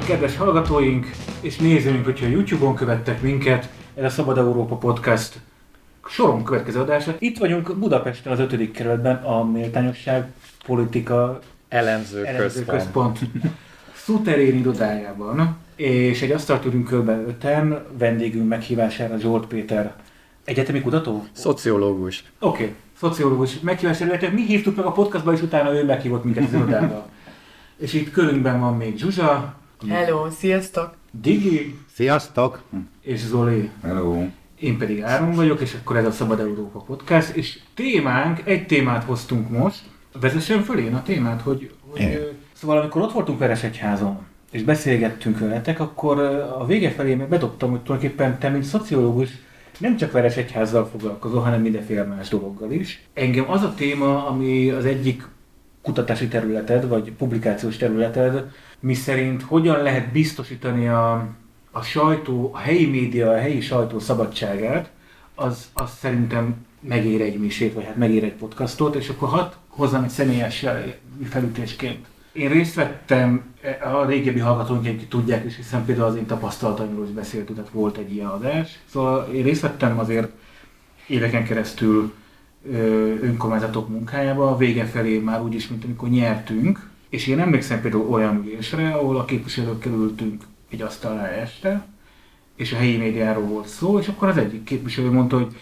kedves hallgatóink és nézőink, hogyha a YouTube-on követtek minket, ez a Szabad Európa Podcast soron következő adása. Itt vagyunk Budapesten, az 5. kerületben, a Méltányosság Politika Elemző Központ szuterén irodájában, és egy asztalt ülünk kb. 5-en, vendégünk meghívására Zsolt Péter, egyetemi kutató? Szociológus. Oké, szociológus meghívására, mi hívtuk meg a podcastba, és utána ő meghívott minket az irodába. És itt körünkben van még Zsuzsa. Hello, sziasztok! Digi. Sziasztok! És Zoli. Hello! Én pedig Áron vagyok, és akkor ez a Szabad Európa Podcast, és egy témát hoztunk most. Vezessen föl én a témát, hogy szóval amikor ott voltunk Veresegyházon, és beszélgettünk veletek, akkor a vége felé meg bedobtam, hogy tulajdonképpen te, mint szociológus, nem csak Veresegyházzal foglalkozol, hanem mindenféle más dologgal is. Engem az a téma, ami az egyik kutatási területed, vagy publikációs területed, miszerint hogyan lehet biztosítani a sajtó, a helyi média, a helyi sajtó szabadságát, az szerintem megér egy misét, vagy hát megér egy podcastot, és akkor hadd hozzám egy személyes felütésként. Én részt vettem, a régebbi hallgatóink akik tudják is, hiszen például az én tapasztalataimról is beszéltünk, tehát volt egy ilyen adás. Szóval én részt vettem azért éveken keresztül önkormányzatok munkájába, a vége felé már úgyis, mint amikor nyertünk, és én emlékszem például olyan ülésre, ahol a képviselőkkel ültünk egy asztalnál este, és a helyi médiáról volt szó, és akkor az egyik képviselő mondta, hogy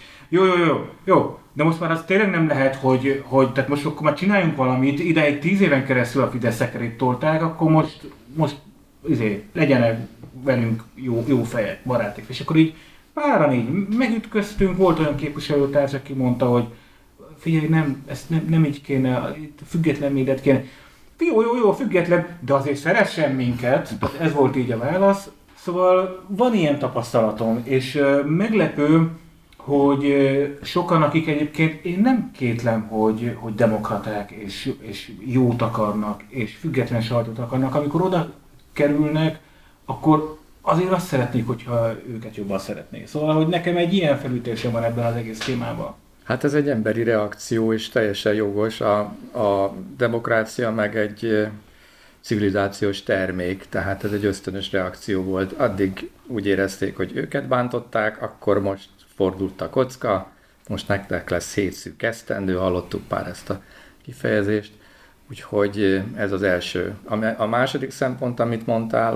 jó, de most már az tényleg nem lehet, hogy tehát most akkor már csináljunk valamit, ideig 10 éven keresztül a Fidesz szekerét tolták, akkor most legyenek velünk jó fejek, barátok. És akkor így páran így megütköztünk, volt olyan képviselőtárs, aki mondta, hogy figyelj, ezt nem így kéne, független médiát kéne. Jó, független, de azért szeressen minket. Ez volt így a válasz. Szóval van ilyen tapasztalatom, és meglepő, hogy sokan, akik egyébként én nem kétlem, hogy demokraták és jót akarnak, és független sajtót akarnak, amikor oda kerülnek, akkor azért azt szeretnék, hogyha őket jobban szeretnék. Szóval, hogy nekem egy ilyen felütésem van ebben az egész témában. Hát ez egy emberi reakció, és teljesen jogos. A demokrácia meg egy civilizációs termék, tehát ez egy ösztönös reakció volt. Addig úgy érezték, hogy őket bántották, akkor most fordult a kocka, most nektek lesz 7 szűk esztendő, hallottuk pár ezt a kifejezést. Úgyhogy ez az első. A második szempont, amit mondtál,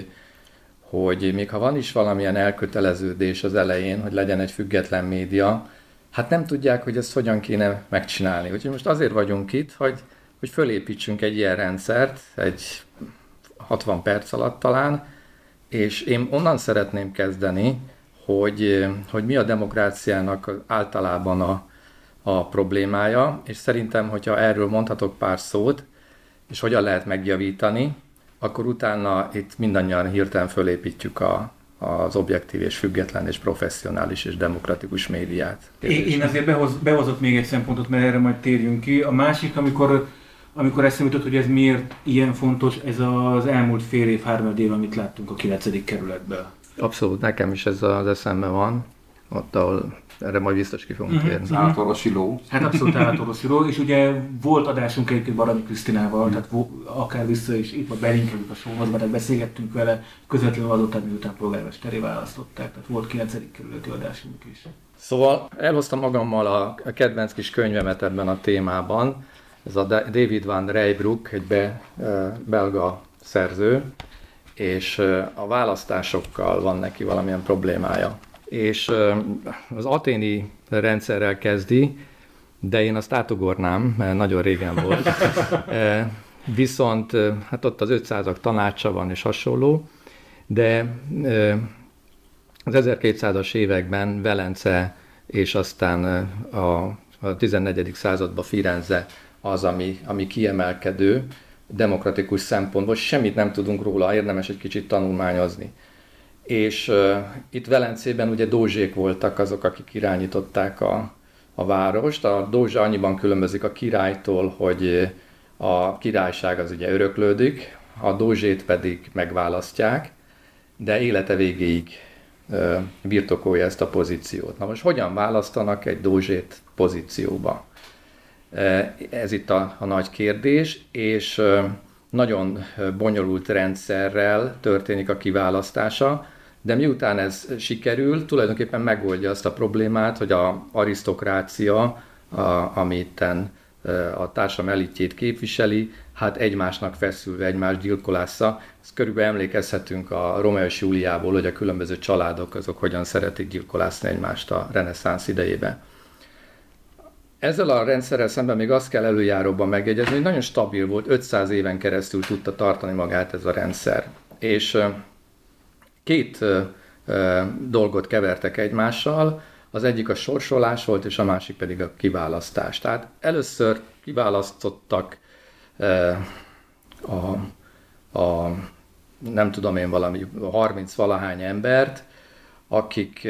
hogy még ha van is valamilyen elköteleződés az elején, hogy legyen egy független média, hát nem tudják, hogy ezt hogyan kéne megcsinálni. Úgyhogy most azért vagyunk itt, hogy fölépítsünk egy ilyen rendszert, egy 60 perc alatt talán, és én onnan szeretném kezdeni, hogy mi a demokráciának általában a problémája, és szerintem, hogyha erről mondhatok pár szót, és hogyan lehet megjavítani, akkor utána itt mindannyian hirtelen fölépítjük az objektív és független és professzionális és demokratikus médiát. Én azért behozok még egy szempontot, mert erre majd térjünk ki. A másik, amikor eszembe jutott, hogy ez miért ilyen fontos, ez az elmúlt fél év, 3 év, amit láttunk a 9. kerületben. Abszolút, nekem is ez az eszemben van, ott, ahol erre majd biztos ki fogunk térni. Az állatorvosi ló. Hát abszolút állatorvosi ló, és ugye volt adásunk egyébként Baranyi Krisztinával, tehát akár vissza is, itt majd belinkeljük a showhozba, tehát beszélgettünk vele közvetlenül azután, miután polgármesteré választották, tehát volt 9. kerületi adásunk is. Szóval elhoztam magammal a kedvenc kis könyvemet ebben a témában, ez a David van Reybrouck, egy belga szerző, és a választásokkal van neki valamilyen problémája. És az athéni rendszerrel kezdi, de én azt átugornám, mert nagyon régen volt. Viszont hát ott az 500-ak tanácsa van és hasonló, de az 1200-as években Velence és aztán a 14. században Firenze az, ami kiemelkedő, demokratikus szempontból, semmit nem tudunk róla, érdemes egy kicsit tanulmányozni. És itt Velencében ugye dózsék voltak azok, akik irányították a várost. A dózsa annyiban különbözik a királytól, hogy a királyság az ugye öröklődik, a dózsét pedig megválasztják, de élete végéig birtokolja ezt a pozíciót. Na most hogyan választanak egy dózsét pozícióba? Ez itt a nagy kérdés, és nagyon bonyolult rendszerrel történik a kiválasztása, de miután ez sikerül, tulajdonképpen megoldja azt a problémát, hogy az arisztokrácia, amiten a társadalom elitjét képviseli, hát egymásnak feszülve, egymást gyilkolásza. Ezt körülbelül emlékezhetünk a Rómeó és Júliából, hogy a különböző családok azok hogyan szeretik gyilkolászni egymást a reneszánsz idejében. Ezzel a rendszerrel szemben még azt kell előjáróban megjegyezni, hogy nagyon stabil volt, 500 éven keresztül tudta tartani magát ez a rendszer. És két dolgot kevertek egymással, az egyik a sorsolás volt, és a másik pedig a kiválasztás. Tehát először kiválasztottak nem tudom én, valami 30-valahány embert, akik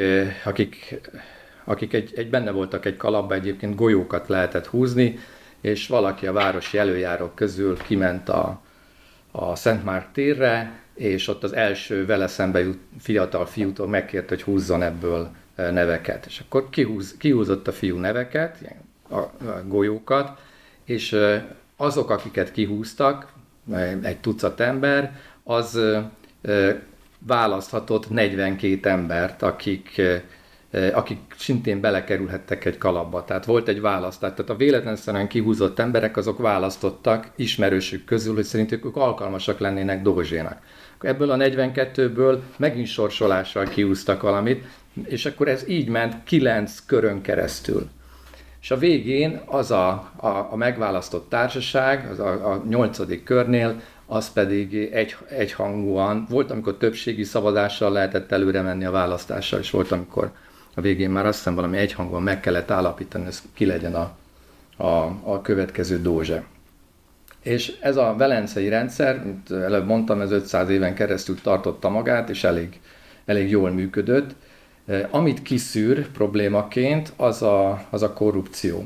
benne voltak egy kalapba, egyébként golyókat lehetett húzni, és valaki a városi előjárók közül kiment a Szent Márk térre, és ott az első vele szembe jut fiatal fiútól megkért, hogy húzzon ebből neveket. És akkor kihúzott a fiú neveket, a golyókat, és azok, akiket kihúztak, egy tucat ember, az választhatott 42 embert, akik szintén belekerülhettek egy kalapba. Tehát volt egy választás. Tehát a véletlenszerűen kihúzott emberek azok választottak ismerősük közül, hogy szerintük ők alkalmasak lennének Dózsénak. Ebből a 42-ből megint sorsolással kihúztak valamit, és akkor ez így ment 9 körön keresztül. És a végén az a megválasztott társaság, az a 8. körnél, az pedig egyhangúan, volt, amikor többségi szavazással lehetett előre menni a választással, és volt, amikor a végén már azt hiszem valami egyhangúan meg kellett állapítani, hogy ki legyen a következő dózse. És ez a velencei rendszer, mint előbb mondtam, ez 500 éven keresztül tartotta magát, és elég jól működött. Amit kiszűr problémaként, az a korrupció.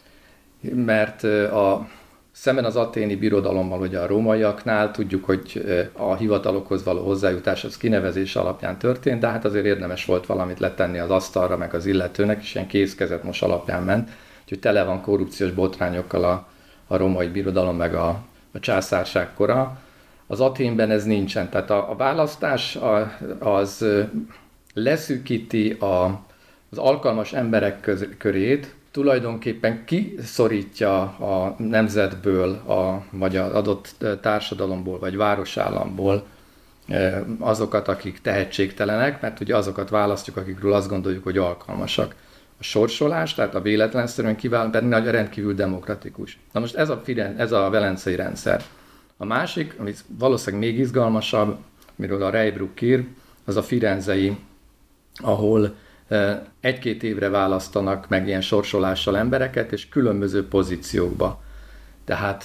Mert szemben az athéni birodalommal, ugye a rómaiaknál tudjuk, hogy a hivatalokhoz való hozzájutás az kinevezés alapján történt, de hát azért érdemes volt valamit letenni az asztalra, meg az illetőnek, és ilyen kézkezetmos alapján ment. Úgyhogy tele van korrupciós botrányokkal a római birodalom, meg a császárság kora. Az Athénben ez nincsen. Tehát a választás az leszűkíti az alkalmas emberek körét, tulajdonképpen kiszorítja a nemzetből, vagy az adott társadalomból, vagy városállamból azokat, akik tehetségtelenek, mert ugye azokat választjuk, akikről azt gondoljuk, hogy alkalmasak. A sorsolás, tehát a véletlenszerűen kiválasztás pedig rendkívül demokratikus. Na most ez a velencei rendszer. A másik, ami valószínűleg még izgalmasabb, miről a Reybruck ír, az a firenzei, ahol 1-2 évre választanak meg ilyen sorsolással embereket, és különböző pozíciókba, tehát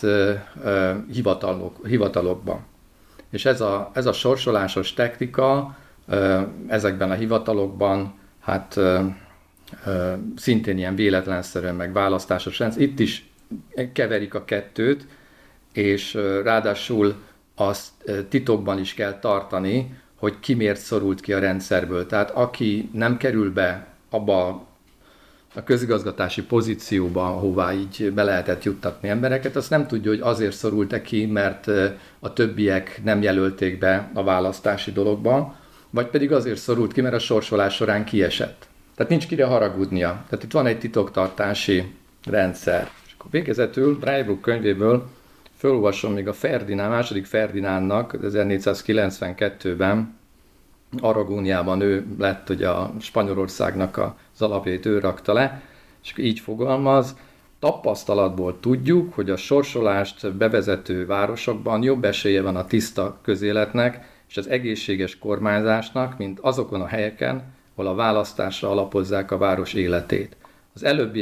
hivatalokba. És ez a sorsolásos technika ezekben a hivatalokban, hát szintén ilyen véletlenszerűen meg választásos rendszer. Itt is keverik a kettőt, és ráadásul azt titokban is kell tartani, hogy ki miért szorult ki a rendszerből. Tehát aki nem kerül be abba a közigazgatási pozícióba, ahová így be lehetett juttatni embereket, azt nem tudja, hogy azért szorult ki, mert a többiek nem jelölték be a választási dologba, vagy pedig azért szorult ki, mert a sorsolás során kiesett. Tehát nincs kire haragudnia. Tehát itt van egy titoktartási rendszer. És akkor végezetül Reybruck könyvéből felolvasom még a második Ferdinándnak 1492-ben Aragóniában ő lett, hogy a Spanyolországnak az alapjait ő rakta le, és így fogalmaz: tapasztalatból tudjuk, hogy a sorsolást bevezető városokban jobb esélye van a tiszta közéletnek és az egészséges kormányzásnak, mint azokon a helyeken, ahol a választásra alapozzák a város életét. Az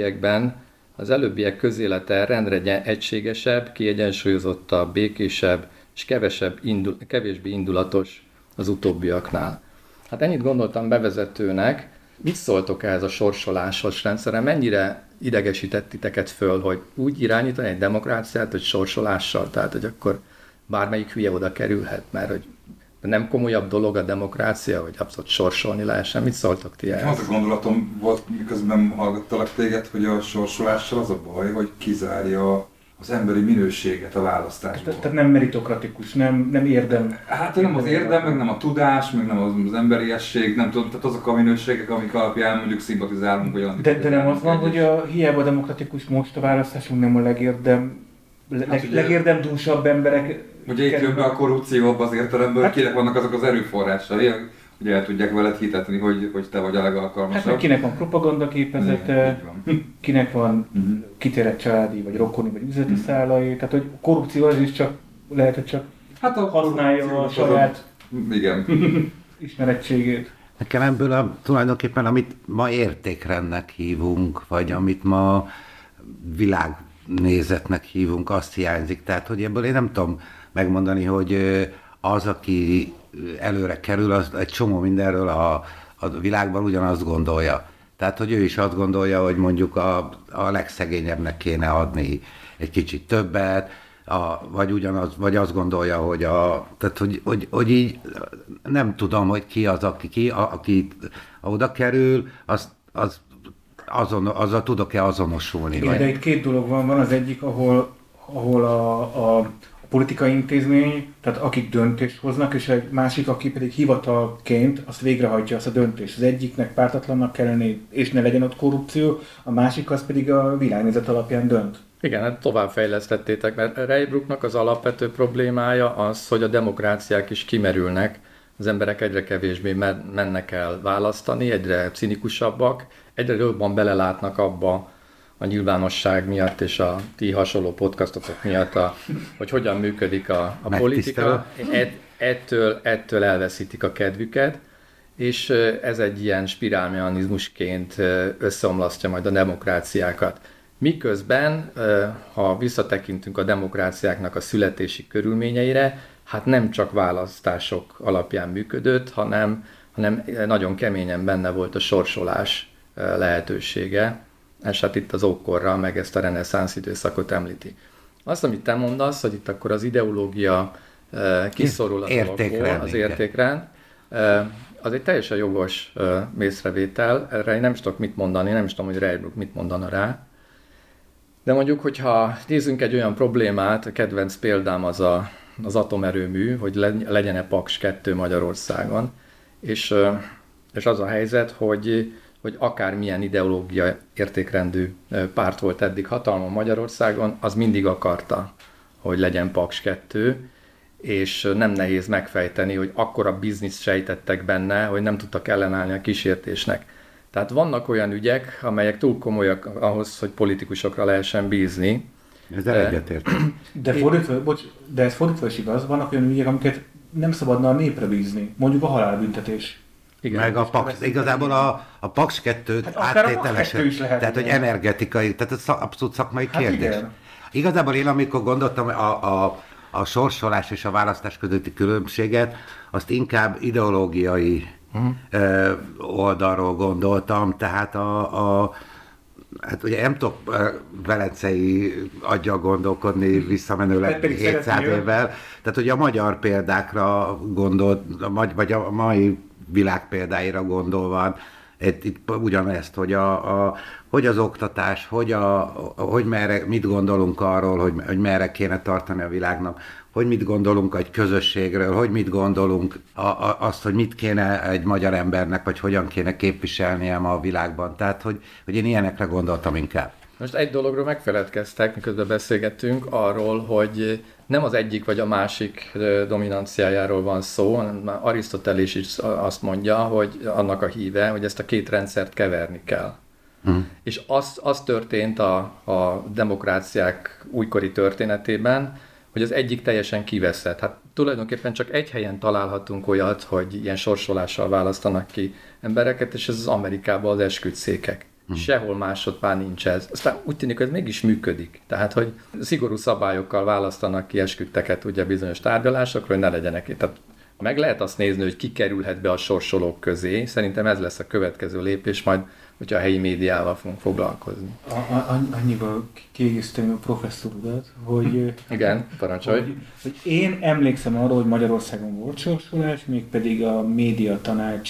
előbbiek közélete rendre egységesebb, kiegyensúlyozottabb, békésebb és kevésbé indulatos az utóbbiaknál. Hát ennyit gondoltam bevezetőnek. Mit szóltok ehhez a sorsolásos rendszerre? Mennyire idegesített titeket föl, hogy úgy irányítani egy demokráciát, hogy sorsolással, tehát hogy akkor bármelyik hülye oda kerülhet, mert hogy nem komolyabb dolog a demokrácia, hogy abszolút sorsolni lehessen. Mit szóltok ti ehhez? Az a gondolatom volt, miközben hallgattalak téged, hogy a sorsolással az a baj, hogy kizárja az emberi minőséget a választásból. Tehát nem meritokratikus, nem érdem. Hát nem az érdem, meg nem a tudás, meg nem az emberiesség, nem tudom, tehát azok a minőségek, amik alapján mondjuk szimpatizálunk, vagy De nem az van, hogy hiába demokratikus most a választásunk nem a legérdemdúsabb emberek. Ugye itt jön be a korrupció abban az értelemben, hogy kinek vannak azok az erőforrásai, hogy el tudják veled hitetni, hogy te vagy a legalkalmasabb. Hát kinek van propagandaképezete, kinek van kitérett családi, vagy rokoni, vagy üzleti szálai, tehát hogy korrupció az is csak lehet, hogy csak használja a saját ismerettségét. Nekem ebből tulajdonképpen, amit ma értékrendnek hívunk, vagy amit ma világnézetnek hívunk, azt hiányzik. Tehát, hogy ebből én nem tudom megmondani, hogy az, aki előre kerül, az egy csomó mindenről a világban ugyanazt gondolja. Tehát, hogy ő is azt gondolja, hogy mondjuk a legszegényebbnek kéne adni egy kicsit többet, vagy azt gondolja, tehát, hogy így nem tudom, hogy ki az, aki oda kerül, azzal tudok-e azonosulni. Igen, de itt két dolog van az egyik, ahol a politikai intézmény, tehát akik döntést hoznak, és egy másik, aki pedig hivatalként azt végrehajtja azt a döntést. Az egyiknek pártatlannak kell lenni, és ne legyen ott korrupció, a másik az pedig a világnézet alapján dönt. Igen, hát továbbfejlesztettétek, mert Ray Brooknak az alapvető problémája az, hogy a demokráciák is kimerülnek, az emberek egyre kevésbé mennek el választani, egyre cinikusabbak, egyre jobban belelátnak abba a nyilvánosság miatt és a ti hasonló podcastotok miatt, hogy hogyan működik a politika. Ettől elveszítik a kedvüket, és ez egy ilyen spirálmechanizmusként összeomlasztja majd a demokráciákat. Miközben, ha visszatekintünk a demokráciáknak a születési körülményeire, hát nem csak választások alapján működött, hanem nagyon keményen benne volt a sorsolás lehetősége, és hát itt az ókorra, meg ezt a reneszánsz időszakot említi. Azt, amit te mondasz, hogy itt akkor az ideológia kiszorul a dologból, az értékrend, az egy teljesen jogos észrevétel, erre én nem is tudok mit mondani, nem is tudom, hogy Ray Brook mit mondana rá. De mondjuk, hogyha nézzünk egy olyan problémát, a kedvenc példám az atomerőmű, hogy legyen-e Paks 2 Magyarországon, és az a helyzet, hogy akármilyen ideológia értékrendű párt volt eddig hatalmon Magyarországon, az mindig akarta, hogy legyen Paks 2, és nem nehéz megfejteni, hogy akkora bizniszt sejtettek benne, hogy nem tudtak ellenállni a kísértésnek. Tehát vannak olyan ügyek, amelyek túl komolyak ahhoz, hogy politikusokra lehessen bízni. Ezzel egyetértem. De ez fordítva is igaz, vannak olyan ügyek, amiket nem szabadna a népre bízni, mondjuk a halálbüntetés. Igen, meg a Paks, igazából a Paks 2 hát áttételesen, tehát hogy energetikai, tehát ez abszolút szakmai kérdés. Igen. Igazából én amikor gondoltam a sorsolás és a választás közötti különbséget, azt inkább ideológiai oldalról gondoltam, tehát hát ugye nem tudok velencei aggyal gondolkodni visszamenőleg 700 évvel, tehát ugye a magyar példákra gondolt, vagy a mai világ példáira gondolva, itt ugyanezt, hogy az oktatás, hogy merre, mit gondolunk arról, hogy merre kéne tartani a világnak, hogy mit gondolunk egy közösségről, hogy mit gondolunk azt, hogy mit kéne egy magyar embernek, vagy hogyan kéne képviselnie ma a világban. Tehát, hogy én ilyenekre gondoltam inkább. Most egy dologról megfeledkeztek, miközben beszélgettünk arról, hogy nem az egyik vagy a másik dominanciájáról van szó, hanem Arisztoteles is azt mondja, hogy annak a híve, hogy ezt a két rendszert keverni kell. És az történt a demokráciák újkori történetében, hogy az egyik teljesen kiveszett. Hát tulajdonképpen csak egy helyen találhatunk olyat, hogy ilyen sorsolással választanak ki embereket, és ez az Amerikában az esküdtszékek. Sehol másod már nincs ez. Aztán úgy tűnik, hogy ez mégis működik. Tehát, hogy szigorú szabályokkal választanak ki esküdteket ugye bizonyos tárgyalásokra, hogy ne legyenek itt. Tehát meg lehet azt nézni, hogy ki kerülhet be a sorsolók közé. Szerintem ez lesz a következő lépés, majd, hogyha a helyi médiával fogunk foglalkozni. Annyival kiegészítem a professzor urat, hogy... Igen, parancsolj. Hogy én emlékszem arra, hogy Magyarországon volt sorsolás, mégpedig a Média Tanács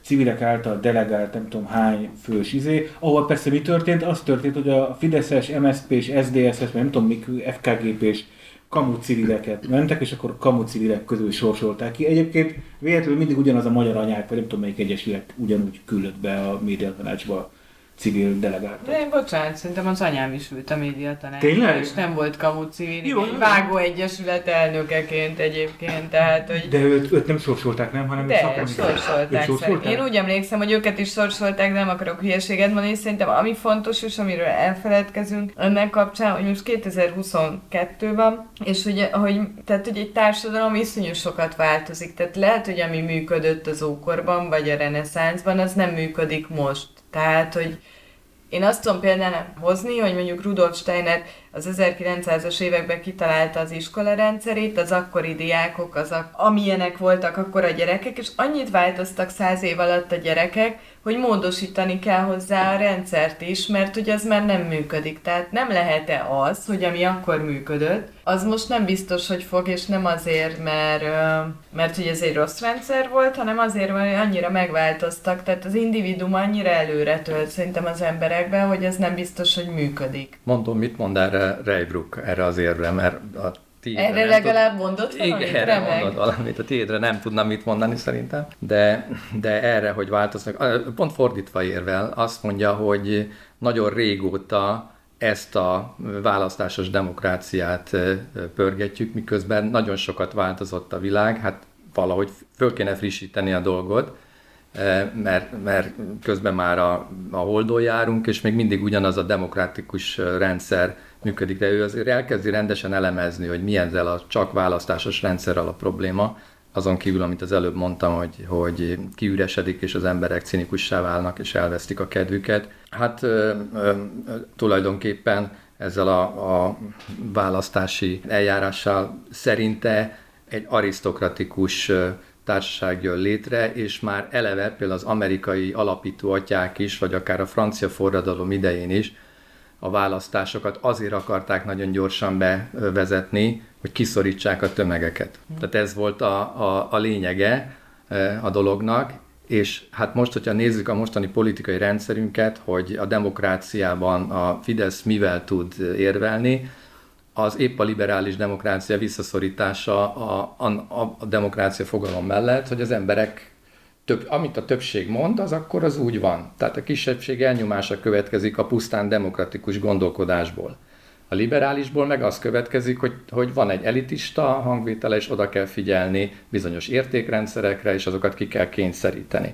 civilek által delegált nem tudom hány fős ahol persze mi történt? Az történt, hogy a Fideszes, MSZP-s, SZDSZ-es, nem tudom mik, FKGP-s kamu civileket mentek, és akkor kamu civilek közül sorsolták ki. Egyébként véletlenül mindig ugyanaz a Magyar Anyák, vagy nem tudom melyik egyesület ugyanúgy küldött be a médiatanácsba civil delegáltat. De bocsánat, szerintem az anyám is ült a médiatanácsba. Tényleg? És nem volt kamu civil, Jó, vágó egyesület elnökeként egyébként, tehát hogy... De őt nem sorsolták, nem? Hanem De, sorsolták. Én úgy emlékszem, hogy őket is sorsolták, de nem akarok hülyeséget mondani, és szerintem ami fontos, és amiről elfeledkezünk ennek kapcsán, hogy most 2022 van, és tehát, hogy egy társadalom iszonyú sokat változik, tehát lehet, hogy ami működött az ókorban, vagy a reneszánszban, az nem működik most. Tehát, hogy én azt tudom például hozni, hogy mondjuk Rudolf Steiner az 1900-as években kitalálta az iskolarendszerét, az akkori diákok, amilyenek voltak akkor a gyerekek, és annyit változtak 100 év alatt a gyerekek, hogy módosítani kell hozzá a rendszert is, mert ugye az már nem működik. Tehát nem lehet-e az, hogy ami akkor működött, az most nem biztos, hogy fog, és nem azért, mert ugye ez egy rossz rendszer volt, hanem azért, mert annyira megváltoztak. Tehát az individuum annyira előre tölt szerintem az emberekben, hogy ez nem biztos, hogy működik. Mondom, mit mond erre Reibruck, erre az érre, mert a erre legalább mondott valamit? Igen, erre mondott valamit, a tiédre nem tudnám mit mondani szerintem, de erre, hogy változnak, pont fordítva érvel, azt mondja, hogy nagyon régóta ezt a választásos demokráciát pörgetjük, miközben nagyon sokat változott a világ, hát valahogy föl kéne frissíteni a dolgot, mert közben már a holdon járunk, és még mindig ugyanaz a demokratikus rendszer működik, de ő azért elkezdi rendesen elemezni, hogy mi ezzel a csak választásos rendszerrel a probléma, azon kívül, amit az előbb mondtam, hogy kiüresedik, és az emberek cinikussá válnak, és elvesztik a kedvüket. Hát tulajdonképpen ezzel a választási eljárással szerinte egy arisztokratikus társaság jön létre, és már eleve például az amerikai alapító atyák is, vagy akár a francia forradalom idején is a választásokat azért akarták nagyon gyorsan bevezetni, hogy kiszorítsák a tömegeket. Tehát ez volt a lényege a dolognak, és hát most, hogyha nézzük a mostani politikai rendszerünket, hogy a demokráciában a Fidesz mivel tud érvelni, az épp a liberális demokrácia visszaszorítása a demokrácia fogalom mellett, hogy az emberek, amit a többség mond, az akkor az úgy van. Tehát a kisebbség elnyomása következik a pusztán demokratikus gondolkodásból. A liberálisból meg az következik, hogy van egy elitista hangvétele, és oda kell figyelni bizonyos értékrendszerekre, és azokat ki kell kényszeríteni.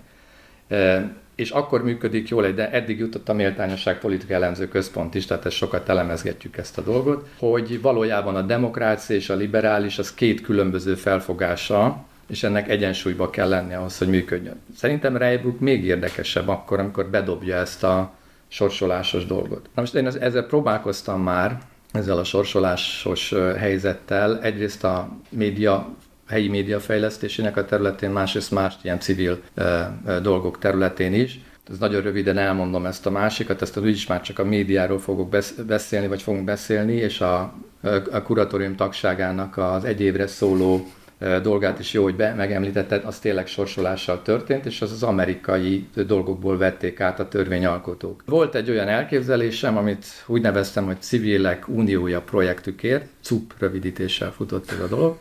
És akkor működik jól, de eddig jutott a Méltányosság Politikai Elemző Központ is, tehát ezt sokat elemezgetjük ezt a dolgot, hogy valójában a demokrácia és a liberális az két különböző felfogása, és ennek egyensúlyba kell lenni ahhoz, hogy működjön. Szerintem Reibruck még érdekesebb akkor, amikor bedobja ezt a sorsolásos dolgot. Na most én ezzel próbálkoztam már, ezzel a sorsolásos helyzettel, egyrészt a helyi média fejlesztésének a területén, másrészt más ilyen civil dolgok területén is. Ez nagyon röviden elmondom ezt a másikat, ezt úgyis már csak a médiáról fogok beszélni, vagy fogunk beszélni, és a kuratórium tagságának az egy évre szóló dolgát is jó, hogy megemlítetted, az tényleg sorsolással történt, és az amerikai dolgokból vették át a törvényalkotók. Volt egy olyan elképzelésem, amit úgy neveztem, hogy Civilek Uniója projektükért, CUP rövidítéssel futott ez a dolog,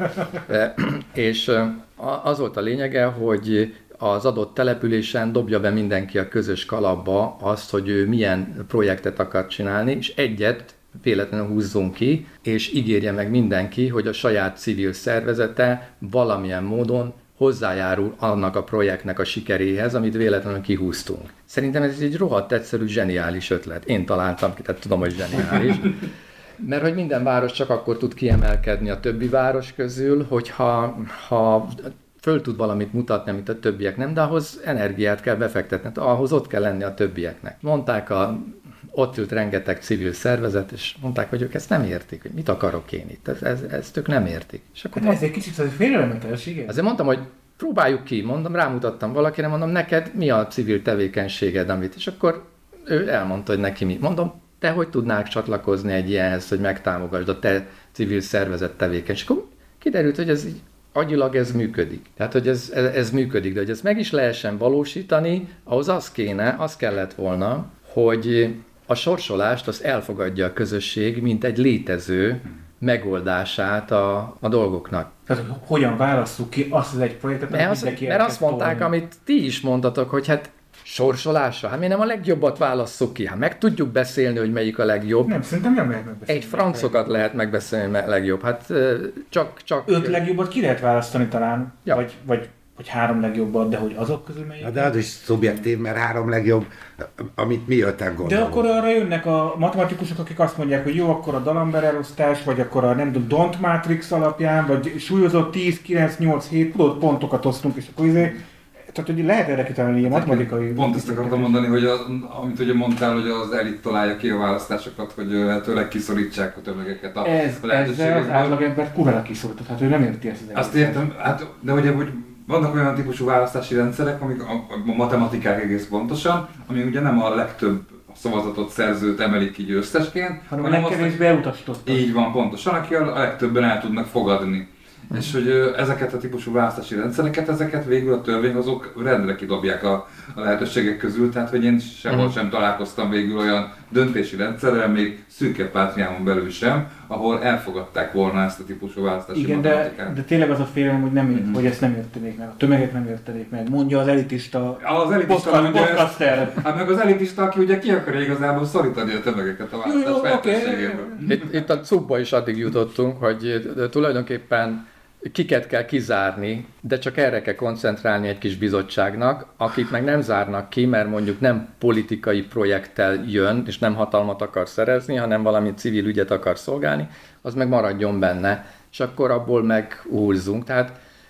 és az volt a lényege, hogy az adott településen dobja be mindenki a közös kalapba azt, hogy ő milyen projektet akar csinálni, és egyet véletlenül húzzon ki, és ígérje meg mindenki, hogy a saját civil szervezete valamilyen módon hozzájárul annak a projektnek a sikeréhez, amit véletlenül kihúztunk. Szerintem ez egy rohadt egyszerű, zseniális ötlet. Én találtam ki, tehát tudom, hogy zseniális. Mert hogy minden város csak akkor tud kiemelkedni a többi város közül, hogyha föl tud valamit mutatni, amit a többiek nem, de ahhoz energiát kell befektetni, ahhoz ott kell lenni a többieknek. Mondták ott ült rengeteg civil szervezet, és mondták, hogy ők ezt nem értik, hogy mit akarok én itt, ezt ők nem értik. És akkor ez egy kicsit az félelmetes, igen. Azért mondtam, hogy próbáljuk ki, rámutattam valakire, mondom, neked mi a civil tevékenységed, amit, és akkor ő elmondta, hogy neki mi. Mondom, te hogy tudnál csatlakozni egy ilyenhez, hogy megtámogasd a te civil szervezet tevékenység. Akkor kiderült, hogy ez így agyilag ez működik. Tehát, hogy ez működik, de hogy ezt meg is lehessen valósítani, ahhoz az kellett volna, hogy a sorsolást azt elfogadja a közösség, mint egy létező megoldását a dolgoknak. Tehát hogyan válasszuk ki azt az egy projektet, mert azt mondták, amit ti is mondtatok, hogy hát sorsolásra? Hát mi nem a legjobbat válasszuk ki? Hát meg tudjuk beszélni, hogy melyik a legjobb. Nem, szerintem nem lehet megbeszélni. Egy francokat lehet megbeszélni a legjobb. Hát csak... 5 legjobbat ki lehet választani talán, ja. vagy 3 legjobbat, de hogy azok közül melyik? De az is szubjektív, mert 3 legjobb, amit mi 5-en gondolunk. De akkor arra jönnek a matematikusok, akik azt mondják, hogy jó, akkor a D'Alembert elosztás, vagy akkor a nem tudom, Don't Matrix alapján, vagy súlyozott 10, 9, 8, 7, tudod, pontokat osztunk, és akkor tehát, hogy lehet erre kitalálni a matematikai... Pont ezt akartam mondani, hogy amit ugye mondtál, hogy az elit találja ki a választásokat, hogy lehetőleg kiszorítsák a tömegeket a ezzel az átlagember kurvára kiszorított, hát ő nem érti ezt az egészet. Azt értem, hát, de ugye, hogy vannak olyan típusú választási rendszerek, amik a matematikák egész pontosan, ami ugye nem a legtöbb szavazatot szerzőt emelik ki győztesként, hanem a legkevésbé elutasítottak. Így van, pontosan, aki a legtöbben el tudnak fogadni. És hogy ezeket a típusú választási rendszereket, ezeket végül a törvényhozók rendre kidobják a lehetőségek közül, tehát hogy én sehol sem találkoztam végül olyan döntési rendszerrel, még szűkebb pártjámon belül sem, ahol elfogadták volna ezt a típusú választási matematikát. De tényleg az a félelem, hogy, hogy ezt nem értenék meg, a tömegek nem értenék meg, mondja az elitista podcaster. Hát meg az elitista, aki ugye ki akarja igazából szorítani a tömegeket a választás lehetőségéből. Itt a cukba is addig jutottunk, hogy tulajdonképpen kiket kell kizárni, de csak erre kell koncentrálni egy kis bizottságnak, akik meg nem zárnak ki, mert mondjuk nem politikai projekttel jön, és nem hatalmat akar szerezni, hanem valami civil ügyet akar szolgálni, az meg maradjon benne, és akkor abból megúrzunk. Tehát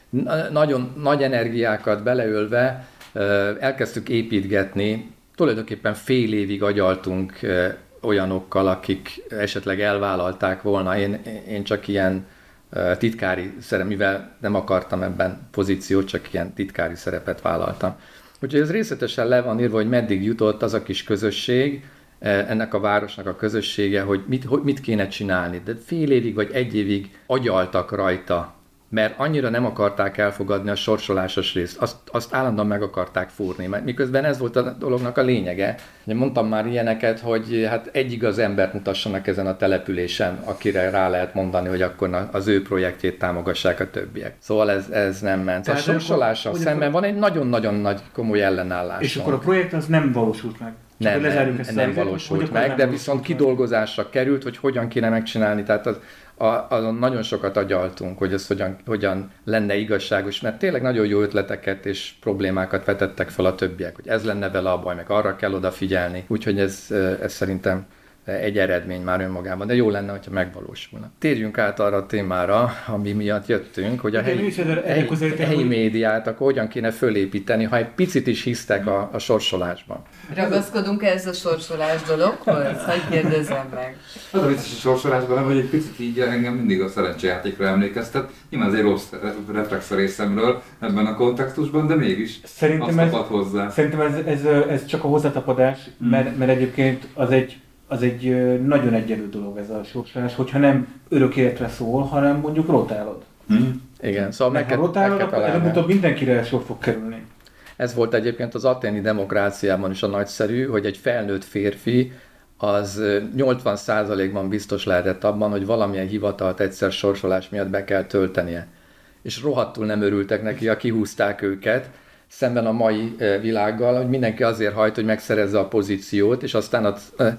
nagyon nagy energiákat beleölve elkezdtük építgetni, tulajdonképpen fél évig agyaltunk olyanokkal, akik esetleg elvállalták volna. Én csak ilyen titkári szerep, mivel nem akartam ebben pozíciót, csak ilyen titkári szerepet vállaltam. Úgyhogy ez részletesen le van írva, hogy meddig jutott az a kis közösség, ennek a városnak a közössége, hogy mit kéne csinálni. De fél évig vagy 1 évig agyaltak rajta, mert annyira nem akarták elfogadni a sorsolásos részt, azt állandóan meg akarták fúrni, mert miközben ez volt a dolognak a lényege. Mondtam már ilyeneket, hogy hát egy igaz embert mutassanak ezen a településen, akire rá lehet mondani, hogy akkor az ő projektjét támogassák a többiek. Szóval ez nem ment. A sorsolással szemben van egy nagyon-nagyon nagy komoly ellenállás. És akkor a projekt az nem valósult meg? Nem valósult meg, de viszont kidolgozásra került, hogy hogyan kéne megcsinálni. Tehát azon nagyon sokat agyaltunk, hogy ez hogyan lenne igazságos, mert tényleg nagyon jó ötleteket és problémákat vetettek fel a többiek, hogy ez lenne vele a baj, meg arra kell odafigyelni. Úgyhogy ez szerintem egy eredmény már önmagában, de jó lenne, hogyha megvalósulna. Térjünk át arra a témára, ami miatt jöttünk, hogy a helyi médiát akkor hogyan kéne fölépíteni, ha egy picit is hisztek a sorsolásban. Ragaszkodunk ehhez a sorsolás dologhoz? Hogy kérdezem meg? Az a vicces a sorsolásban, nem, hogy egy picit így engem mindig a szerencsejátékra emlékeztet. Nyilván ez egy rossz reflex a részemről ebben a kontextusban, de mégis azt tapad hozzá. Szerintem ez csak a hozzátapadás, mert egyébként az egy nagyon egyszerű dolog ez a sorsolás, hogyha nem örök életre szól, hanem mondjuk rotálod. Igen, szóval meg kell találni. Előbb-utóbb mindenkire sor fog kerülni. Ez volt egyébként az athéni demokráciában is a nagyszerű, hogy egy felnőtt férfi az 80%-ban biztos lehetett abban, hogy valamilyen hivatalt egyszer sorsolás miatt be kell töltenie. És rohadtul nem örültek neki, ha kihúzták őket, szemben a mai világgal, hogy mindenki azért hajt, hogy megszerezze a pozíciót, és aztán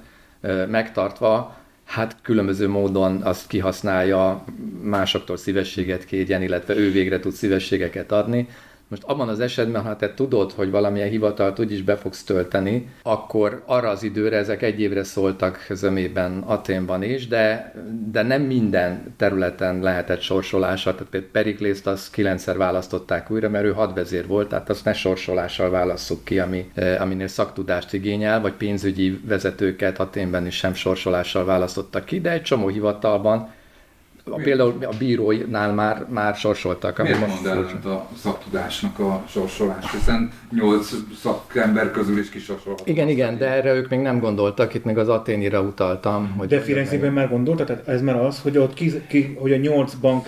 megtartva, hát különböző módon azt kihasználja, másoktól szívességet kérjen, illetve ő végre tud szívességeket adni. Most abban az esetben, ha te tudod, hogy valamilyen hivatalt úgyis be fogsz tölteni, akkor arra az időre ezek 1 évre szóltak zömében Athénban is, de nem minden területen lehetett sorsolással. Tehát például Periklészt azt 9-szer választották újra, mert ő hadvezér volt, tehát azt ne sorsolással válasszuk ki, aminél szaktudást igényel, vagy pénzügyi vezetőket Athénben is sem sorsolással választottak ki, de egy csomó hivatalban, például a bírónál már sorsoltak. Miért mond ellent a szaktudásnak a sorsolás, hiszen 8 szakember közül is kisorsolható. Igen, de erre ők még nem gondoltak, itt még az athénira utaltam. De Firenzében már gondoltak, tehát ez már az, hogy ott hogy a 8 bankár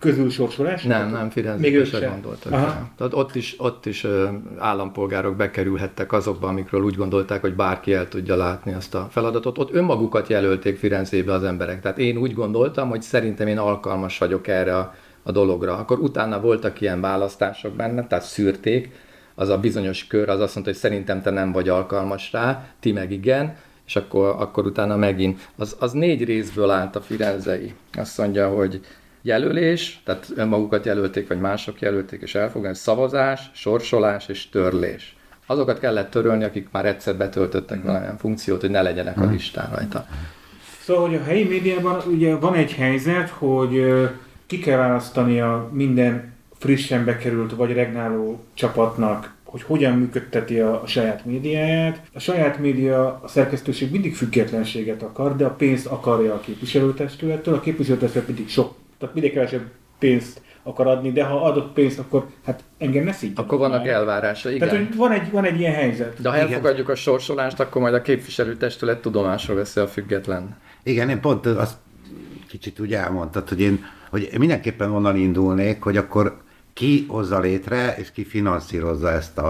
közülsorsolás? Nem, Firenzében se gondoltak. Tehát ott is állampolgárok bekerülhettek azokba, amikről úgy gondolták, hogy bárki el tudja látni azt a feladatot. Ott önmagukat jelölték Firenzébe az emberek. Tehát én úgy gondoltam, hogy szerintem én alkalmas vagyok erre a dologra. Akkor utána voltak ilyen választások benne, tehát szűrték, az a bizonyos kör az azt mondta, hogy szerintem te nem vagy alkalmas rá, ti meg igen, és akkor utána megint. Az 4 részből állt a firenzei. Azt mondja, hogy jelölés, tehát önmagukat jelölték, vagy mások jelölték, és elfogadni, szavazás, sorsolás és törlés. Azokat kellett törölni, akik már egyszer betöltöttek valamilyen funkciót, hogy ne legyenek a listán rajta. Szóval, hogy a helyi médiában ugye van egy helyzet, hogy ki kell választania minden frissen bekerült vagy regnáló csapatnak, hogy hogyan működteti a saját médiáját. A saját média, a szerkesztőség mindig függetlenséget akar, de a pénzt akarja a képviselőtestülettől, a képviselőtestület tehát mindig kevesebb pénzt akar adni, de ha adott pénzt, akkor hát engem ne szígyek. Akkor vannak elvárása, igen. Tehát, hogy van egy ilyen helyzet. De ha elfogadjuk a sorsolást, akkor majd a képviselőtestület tudomásra veszi a független. Igen, én pont azt kicsit úgy elmondtad, hogy mindenképpen onnan indulnék, hogy akkor ki hozza létre, és ki finanszírozza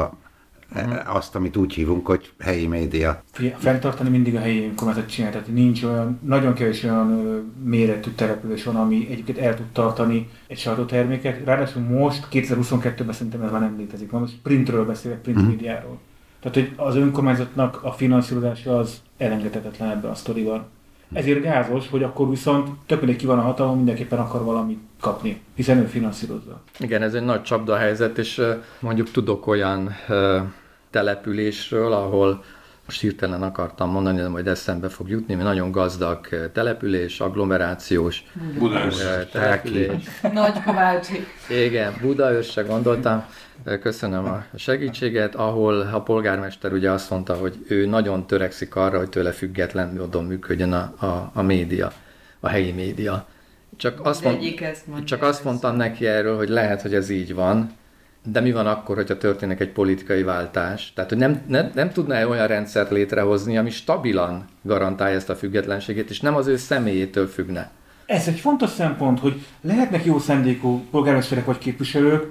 azt, amit úgy hívunk, hogy helyi média. Fenntartani mindig a helyi önkormányzat csinálja, tehát nincs olyan, nagyon kevés olyan méretű település van, ami egyébként el tud tartani egy sajtóterméket. Ráadásul most, 2022-ben szerintem ez már nem létezik. Most printről beszélek, print médiáról. Tehát, hogy az önkormányzatnak a finanszírozása az elengedhetetlen ebben a sztoriban. Ezért gázos, hogy akkor viszont tök mindegy ki van a hatalom, mindenképpen akar valamit kapni, hiszen ő finanszírozza. Igen, ez egy nagy csapdahelyzet, és mondjuk tudok olyan településről, ahol most hirtelen akartam mondani, de majd eszembe fog jutni, mert nagyon gazdag település, agglomerációs település. Nagykovácsi. Igen, Budaörsre gondoltam. Köszönöm a segítséget, ahol a polgármester ugye azt mondta, hogy ő nagyon törekszik arra, hogy tőle független módon működjön a média, a helyi média. Csak azt mondtam neki erről, hogy lehet, hogy ez így van, de mi van akkor, hogyha történik egy politikai váltás? Tehát, hogy nem tudná olyan rendszert létrehozni, ami stabilan garantálja ezt a függetlenségét, és nem az ő személyétől függne. Ez egy fontos szempont, hogy lehetnek jó szándékú polgármesterek vagy képviselők,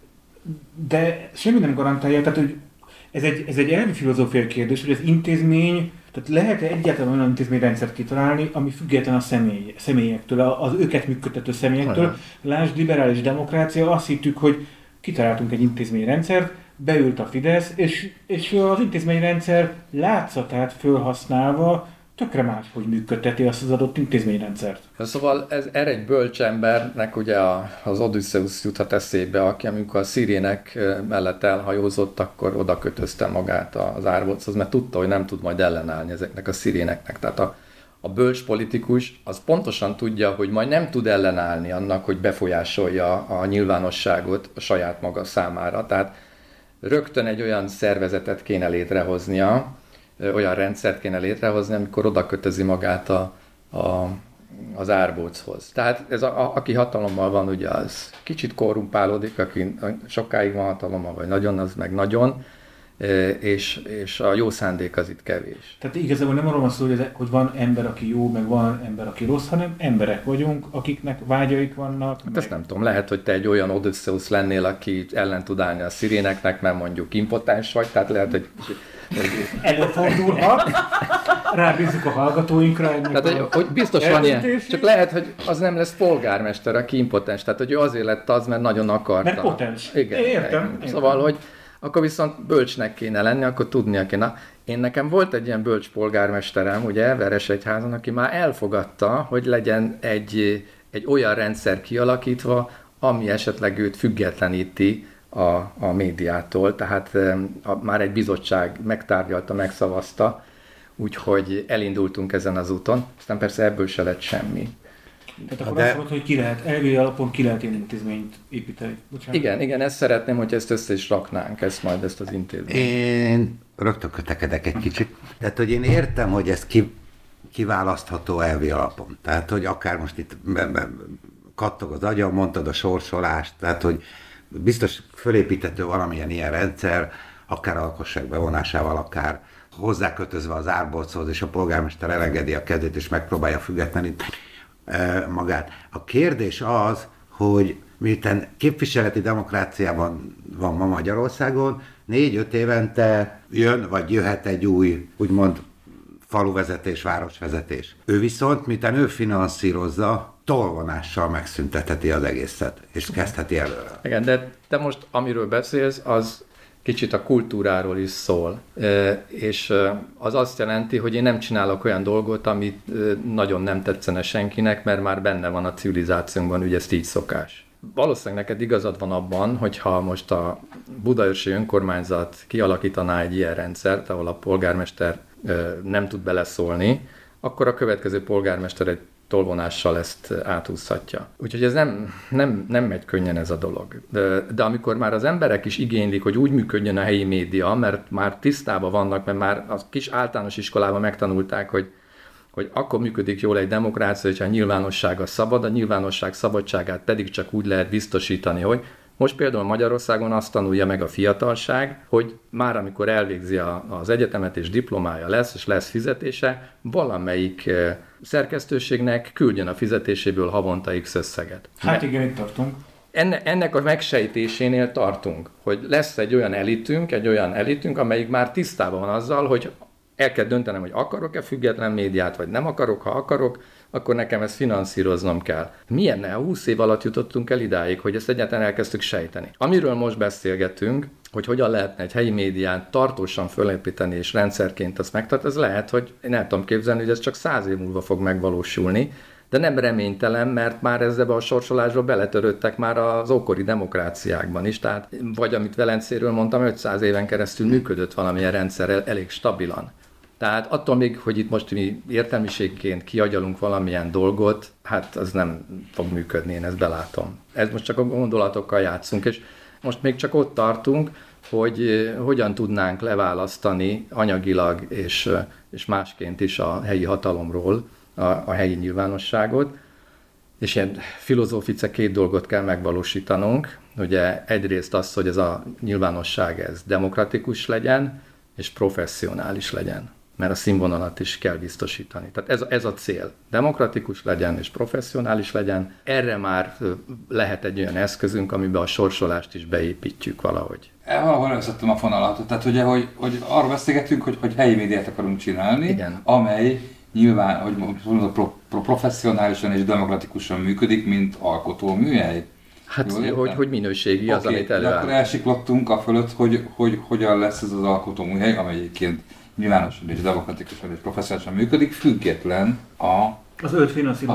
de semmi nem garantálja, tehát hogy ez egy elvi filozófiai kérdés, hogy az intézmény, tehát lehet-e egyáltalán olyan intézményrendszert kitalálni, ami független a személyektől, az őket működtető személyektől. Lásd, liberális demokrácia, azt hittük, hogy kitaláltunk egy intézményrendszert, beült a Fidesz, és az intézményrendszer látszatát felhasználva tökre máshogy működteti azt az adott intézményrendszert. Szóval erre egy bölcs embernek ugye az Odysseus juthat eszébe, aki amikor a szirének mellett elhajózott, akkor oda kötözte magát az árbochoz, mert tudta, hogy nem tud majd ellenállni ezeknek a sziréneknek. Tehát a bölcs politikus az pontosan tudja, hogy majd nem tud ellenállni annak, hogy befolyásolja a nyilvánosságot a saját maga számára. Tehát rögtön egy olyan szervezetet kéne létrehoznia, olyan rendszert kéne létrehozni, amikor oda kötözi magát az árbóchoz. Tehát ez aki hatalommal van, ugye az kicsit korrumpálódik, aki sokáig van hatalommal, vagy nagyon, az meg nagyon, és a jó szándék az itt kevés. Tehát igazából nem arról van szó, hogy van ember, aki jó, meg van ember, aki rossz, hanem emberek vagyunk, akiknek vágyaik vannak. Hát ezt nem tudom, lehet, hogy te egy olyan Odysseus lennél, aki ellen tud állni a sziréneknek, mert mondjuk impotens vagy, tehát lehet, hogy előfordulhat, rábízzuk a hallgatóinkra. Tehát, hogy biztos van ilyen, csak lehet, hogy az nem lesz polgármester, aki impotens, tehát hogy ő azért lett az, mert nagyon akarta. Mert potens. Igen. Értem. Szóval, hogy akkor viszont bölcsnek kéne lenni, akkor tudnia kéne. Nekem volt egy ilyen bölcs polgármesterem, ugye Veresegyházon, aki már elfogadta, hogy legyen egy olyan rendszer kialakítva, ami esetleg őt függetleníti a médiától, tehát már egy bizottság megtárgyalta, megszavazta, úgyhogy elindultunk ezen az úton, aztán persze ebből se lett semmi. Tehát akkor azt mondod, hogy elvi alapon ki lehet ilyen intézményt építeni. Bocsánat. Igen, ezt szeretném, hogy ezt össze is raknánk, ezt az intézményt. Én rögtön kötekedek egy kicsit. Tehát, hogy én értem, hogy ez kiválasztható elvi alapon. Tehát, hogy akár most itt kattog az agyam, mondtad a sorsolást, tehát, hogy biztos fölépíthető valamilyen ilyen rendszer, akár a lakosság bevonásával, akár hozzákötözve az árbochoz, és a polgármester elengedi a kezét, és megpróbálja függetleníteni magát. A kérdés az, hogy miután képviseleti demokráciában van ma Magyarországon, 4-5 évente jön, vagy jöhet egy új, úgymond faluvezetés, városvezetés. Ő viszont, miután ő finanszírozza, tolvonással megszüntetheti az egészet, és kezdheti előre. Igen, de most amiről beszélsz, az kicsit a kultúráról is szól, és az azt jelenti, hogy én nem csinálok olyan dolgot, amit nagyon nem tetszene senkinek, mert már benne van a civilizációnkban, ugye ezt így szokás. Valószínűleg neked igazad van abban, hogyha most a budaörsi önkormányzat kialakítaná egy ilyen rendszert, ahol a polgármester nem tud beleszólni, akkor a következő polgármester egy tolvonással ezt átúszhatja. Úgyhogy ez nem megy könnyen ez a dolog. De amikor már az emberek is igénylik, hogy úgy működjön a helyi média, mert már tisztában vannak, mert már a kis általános iskolában megtanulták, hogy akkor működik jól egy demokrácia, hogyha a nyilvánossága szabad, a nyilvánosság szabadságát pedig csak úgy lehet biztosítani, hogy most például Magyarországon azt tanulja meg a fiatalság, hogy már amikor elvégzi az egyetemet és diplomája lesz, és lesz fizetése, valamelyik szerkesztőségnek küldjön a fizetéséből havonta X összeget. Hát igen, itt tartunk. Ennek a megsejtésénél tartunk, hogy lesz egy olyan elitünk, amelyik már tisztában van azzal, hogy el kell döntenem, hogy akarok-e független médiát, vagy nem akarok. Ha akarok, akkor nekem ezt finanszíroznom kell. Milyennel 20 év alatt jutottunk el idáig, hogy ezt egyáltalán elkezdtük sejteni. Amiről most beszélgetünk, hogy hogyan lehetne egy helyi médiát tartósan fölépíteni és rendszerként azt megtartani, ez lehet, hogy én el tudom képzelni, hogy ez csak 100 év múlva fog megvalósulni, de nem reménytelen, mert már ezzel a sorsolásba beletörődtek már az ókori demokráciákban is, tehát vagy amit Velencéről mondtam, 500 éven keresztül működött valamilyen rendszer elég stabilan. Tehát attól még, hogy itt most mi értelmiségként kiagyalunk valamilyen dolgot, hát az nem fog működni, én ezt belátom. Ez most csak a gondolatokkal játszunk, és most még csak ott tartunk, hogy hogyan tudnánk leválasztani anyagilag és másként is a helyi hatalomról a helyi nyilvánosságot. És ilyen filozófice 2 dolgot kell megvalósítanunk. Ugye egyrészt az, hogy ez a nyilvánosság ez demokratikus legyen, és professzionális legyen. Mert a színvonalat is kell biztosítani. Tehát ez a cél. Demokratikus legyen és professzionális legyen. Erre már lehet egy olyan eszközünk, amiben a sorsolást is beépítjük valahogy. Valahol összettem a fonalat. Tehát ugye, hogy arról beszélgetünk, hogy helyi médiát akarunk csinálni, igen, amely nyilván, hogy professzionálisan és demokratikusan működik, mint alkotóműhely. Hát, hogy minőségi az, amit előáll. De akkor elsiklottunk a fölött, hogy hogyan lesz ez az alkotóműhely, amely egyébként nyilvánosan és demokratikusan és professzionálisan működik, független az 5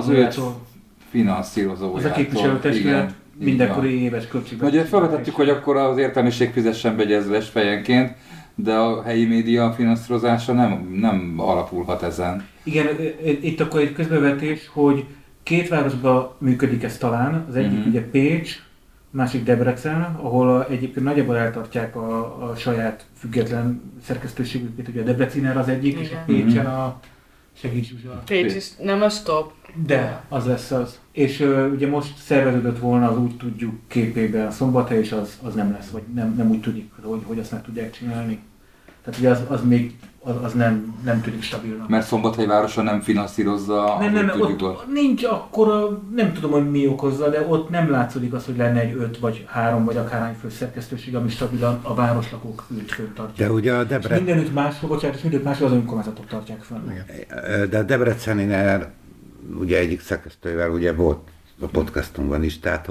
finanszírozójától. Az a képviselőtestület mindenkori éves költségvetés. Ugye felvetettük, hogy akkor az értelmiség fizessen be egy fejenként, de a helyi média finanszírozása nem alapulhat ezen. Igen, itt akkor egy közbevetés, hogy 2 városban működik ez talán, az egyik ugye Pécs, másik Debrecen, ahol egyébként nagyjából eltartják a saját független szerkesztőségüket, ugye a Debrecen az egyik, igen, és a Pécsen a segíts Zsuzsa. Pécs is nem a Stop. De, az lesz az. És ugye most szerveződött volna az Úgy Tudjuk képében a Szombathely, és az nem lesz, vagy nem úgy tudjuk, hogy azt meg tudják csinálni. Tehát ugye az még az nem tűnik stabilnak. Mert Szombathely városa nem finanszírozza, ott nincs akkora, nem tudom, hogy mi okozza, de ott nem látszódik az, hogy lenne egy 5 vagy 3 vagy akárhány főszerkesztőség, ami stabilan a városlakók őt tartják. De ugye a mindenütt máshol, és mindenütt máshol az önkormányzatok tartják fönn. De a Debreceninél ugye egyik szerkesztővel ugye volt a podcastunkban is, tehát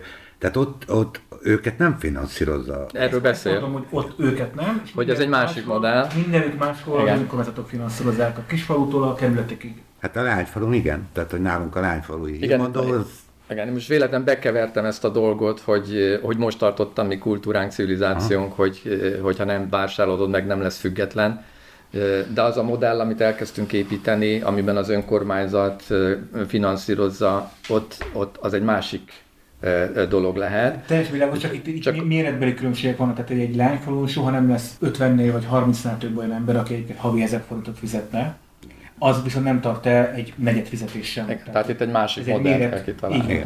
ott őket nem finanszírozza. Erről beszél. Mondom, hogy ott őket nem. Hogy ez egy másik modell. Mindenütt máshol az önkormányzatok finanszírozzák a kisfalutól a kerületekig. Hát a Lányfalun igen, tehát hogy nálunk a Lányfalui. Igen, most véletlenül bekevertem ezt a dolgot, hogy most tartottam mi kultúránk, civilizációnk, hogyha nem vásárolod meg, nem lesz független. De az a modell, amit elkezdtünk építeni, amiben az önkormányzat finanszírozza, ott az egy másik dolog lehet. Teljesen világos, csak itt méretbeli különbségek vannak, tehát egy Lányfalun soha nem lesz 50-nél vagy 30-nál több olyan ember, aki egyébként havi 1000 forintot fizetne. Az viszont nem tart el egy negyed fizetés sem. Tehát itt egy másik modellt kell kitalálni.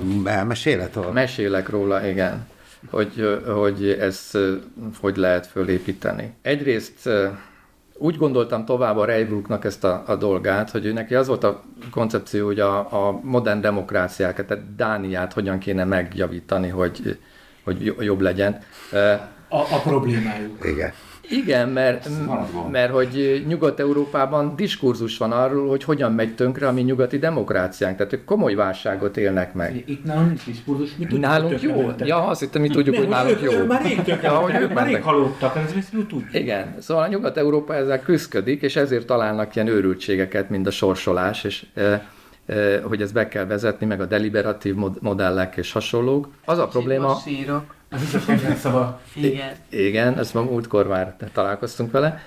Mesélek róla, igen. Hogy ezt hogy lehet fölépíteni. Egyrészt úgy gondoltam tovább a Ray Brooknak ezt a dolgát, hogy ő neki az volt a koncepció, hogy a modern demokráciákat, tehát Dániát hogyan kéne megjavítani, hogy jobb legyen. A problémájuk. Igen, mert hogy Nyugat-Európában diskurzus van arról, hogy hogyan megy tönkre a mi nyugati demokráciánk. Tehát ők komoly válságot élnek meg. Itt nálunk nincs diskurzus. Nálunk jó? Ja, azt hittem, mi tudjuk, hogy nálunk jó. Már rég tönkre, már rég halottak, ezt tudjuk. Igen, szóval a Nyugat-Európa ezzel küszködik, és ezért találnak ilyen őrültségeket, mint a sorsolás, és hogy ezt be kell vezetni, meg a deliberatív modellek és hasonlók. Az a probléma... Az is a kedvenc szava. Igen, ezt ma múltkor már találkoztunk vele,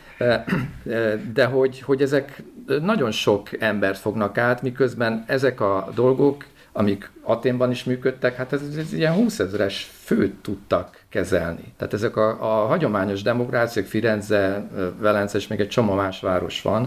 de hogy ezek nagyon sok embert fognak át, miközben ezek a dolgok, amik Athénban is működtek, hát ez ilyen 20 000-es főt tudtak kezelni. Tehát ezek a hagyományos demokráciák, Firenze, Velence és még egy csomó más város van,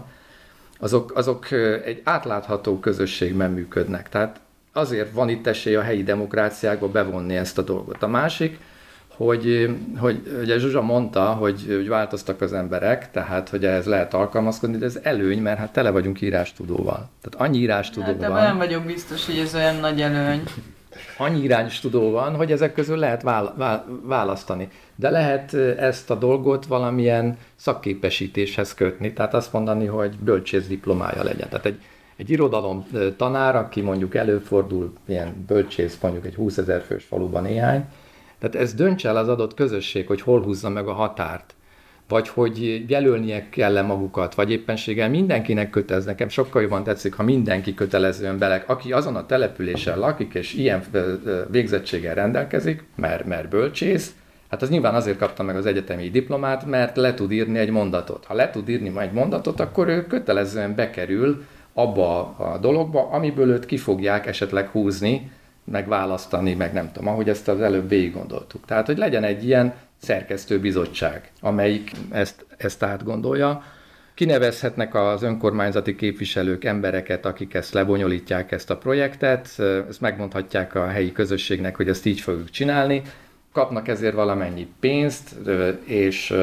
azok egy átlátható közösségben működnek. Tehát azért van itt esély a helyi demokráciákba bevonni ezt a dolgot. A másik, hogy ugye Zsuzsa mondta, hogy változtak az emberek, tehát hogy ehhez lehet alkalmazkodni, de ez előny, mert hát tele vagyunk írástudóval. Tehát annyi írástudó van. Nem vagyok biztos, hogy ez olyan nagy előny. Annyi írástudó van, hogy ezek közül lehet választani. De lehet ezt a dolgot valamilyen szakképesítéshez kötni, tehát azt mondani, hogy bölcsész diplomája legyen. Tehát egy irodalom tanár, aki mondjuk előfordul, ilyen bölcsész mondjuk egy 20 000 fős faluban néhány, tehát ez döntse el az adott közösség, hogy hol húzza meg a határt, vagy hogy jelölnie kell magukat, vagy éppenséggel mindenkinek kötelez. Nekem sokkal jobban tetszik, ha mindenki kötelezően bele, aki azon a településen lakik, és ilyen végzettséggel rendelkezik, mert bölcsész, hát az nyilván azért kapta meg az egyetemi diplomát, mert le tud írni egy mondatot. Ha le tud írni egy mondatot, akkor ő kötelezően bekerül abba a dologba, amiből őt ki fogják esetleg húzni, meg választani, meg nem tudom, ahogy ezt az előbb végig gondoltuk. Tehát, hogy legyen egy ilyen szerkesztőbizottság, amelyik ezt átgondolja. Kinevezhetnek az önkormányzati képviselők embereket, akik ezt lebonyolítják, ezt a projektet, ezt megmondhatják a helyi közösségnek, hogy ezt így fogjuk csinálni, kapnak ezért valamennyi pénzt, és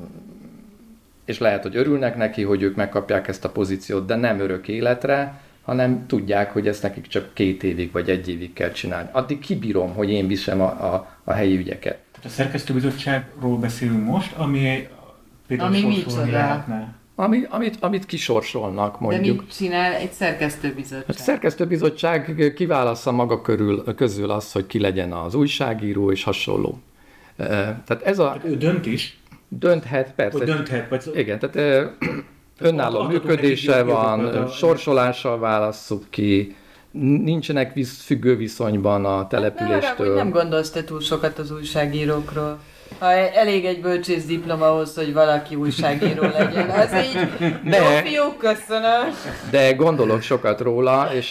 lehet, hogy örülnek neki, hogy ők megkapják ezt a pozíciót, de nem örök életre, hanem tudják, hogy ezt nekik csak 2 évig vagy 1 évig kell csinálni. Addig kibírom, hogy én viszem a helyi ügyeket. Tehát a szerkesztőbizottságról beszélünk most, ami például sorsolni lehetne. Amit kisorsolnak, mondjuk. De mit csinál egy szerkesztőbizottság? A szerkesztőbizottság kiválassza maga közül azt, hogy ki legyen az újságíró és hasonló. Tehát ő dönt is? Dönthet, persze. Dönthet, vagy igen, tehát önálló működése van, sorsolással válasszuk ki, nincsenek függő viszonyban a településtől. Nem gondolsz te túl sokat az újságírókról. Ha elég egy bölcsész diploma ahhoz, hogy valaki újságíró legyen, az így, jó fiúk, köszönöm. De gondolok sokat róla, és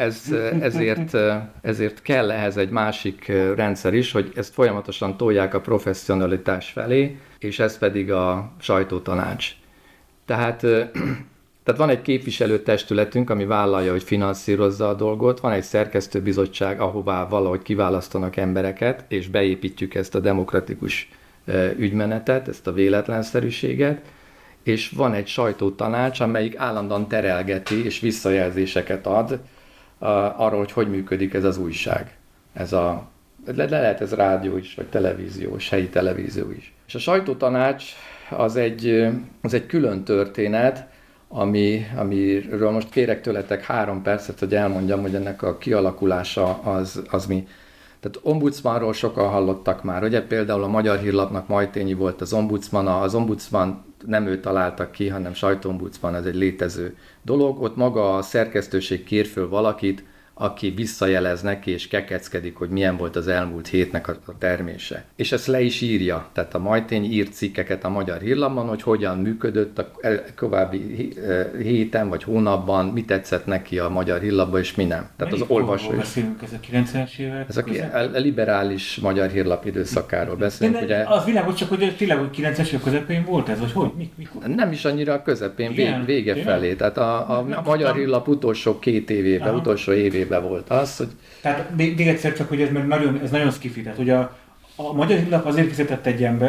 ezért kell ehhez egy másik rendszer is, hogy ezt folyamatosan tolják a professzionalitás felé, és ez pedig a sajtótanács. Tehát van egy képviselőtestületünk, ami vállalja, hogy finanszírozza a dolgot, van egy szerkesztőbizottság, ahová valahogy kiválasztanak embereket, és beépítjük ezt a demokratikus ügymenetet, ezt a véletlenszerűséget, és van egy sajtótanács, amelyik állandóan terelgeti és visszajelzéseket ad arról, hogy működik ez az újság. Lehet ez rádió is, vagy televízió, helyi televízió is. És a sajtótanács az egy külön történet, amiről most kérek tőletek 3 percet, hogy elmondjam, hogy ennek a kialakulása az mi. Tehát ombudsmanról sokan hallottak már, ugye például a Magyar Hírlapnak Majtényi volt az ombudsmana, az ombudsman nem ő találtak ki, hanem sajtóombudsman, ez egy létező dolog, ott maga a szerkesztőség kér föl valakit, aki visszajelez neki és kekeckedik, hogy milyen volt az elmúlt hétnek a termése. És ezt le is írja, tehát a Majtény írt cikkeket a Magyar Hírlapban, hogy hogyan működött a korábbi héten vagy hónapban, mi tetszett neki a Magyar Hírlapban és mi nem. Tehát az olvasó is. Beszélünk, ez a 90-es évek? Ez a liberális Magyar Hírlap időszakáról beszélünk. Ugye... Az világos, csak hogy tényleg 90-es évek közepén volt ez, vagy hogy? Mikor? Nem is annyira a közepén, vége felé. Tehát a Magyar Hírlap utolsó 2 évében, utolsó évében volt az, hogy... Tehát még egyszer csak, hogy ez nagyon skifi, tehát hogy a Magyar Hírlap azért fizetett egy embert,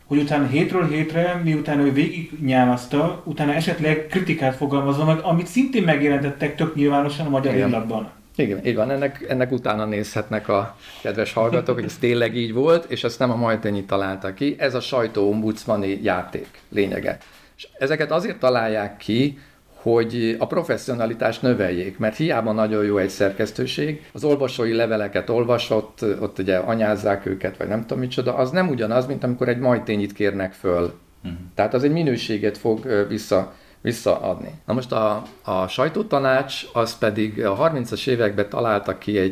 hogy utána hétről hétre, miután ő végignyálaszta, utána esetleg kritikát fogalmazza meg, amit szintén megjelentettek tök nyilvánosan a Magyar Hírlapban. Igen, így van, ennek utána nézhetnek a kedves hallgatók, hogy ez tényleg így volt, és ezt nem a Majtényi találta ki, ez a sajtó-ombudsmani játék lényege. És ezeket azért találják ki, hogy a professzionalitást növeljék, mert hiába nagyon jó egy szerkesztőség, az olvasói leveleket olvasott, ott ugye anyázzák őket, vagy nem tudom micsoda, az nem ugyanaz, mint amikor egy Majtényit kérnek föl. Tehát az egy minőséget fog visszaadni. Na most a sajtótanács, az pedig a 30-as években találtak ki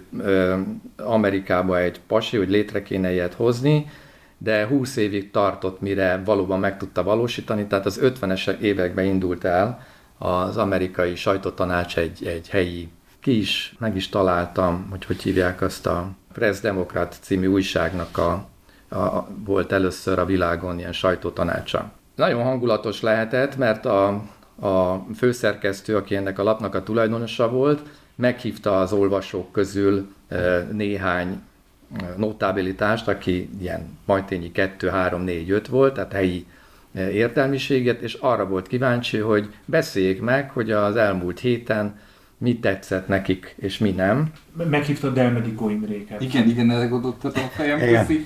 Amerikába egy pasi, hogy létre kéne ilyet hozni, de 20 évig tartott, mire valóban meg tudta valósítani, tehát az 50-es években indult el az amerikai sajtótanács egy helyi, meg is találtam, hogy hívják azt, a Press Democrat című újságnak volt először a világon ilyen sajtótanácsa. Nagyon hangulatos lehetett, mert a főszerkesztő, aki ennek a lapnak a tulajdonosa volt, meghívta az olvasók közül néhány notabilitást, aki ilyen Majtényi 2, 3, 4, 5 volt, tehát helyi értelmiséget, és arra volt kíváncsi, hogy beszéljék meg, hogy az elmúlt héten mi tetszett nekik, és mi nem. Meghívta Delmedikó Imréket. Igen, erre gondoltam a fejem, köszi.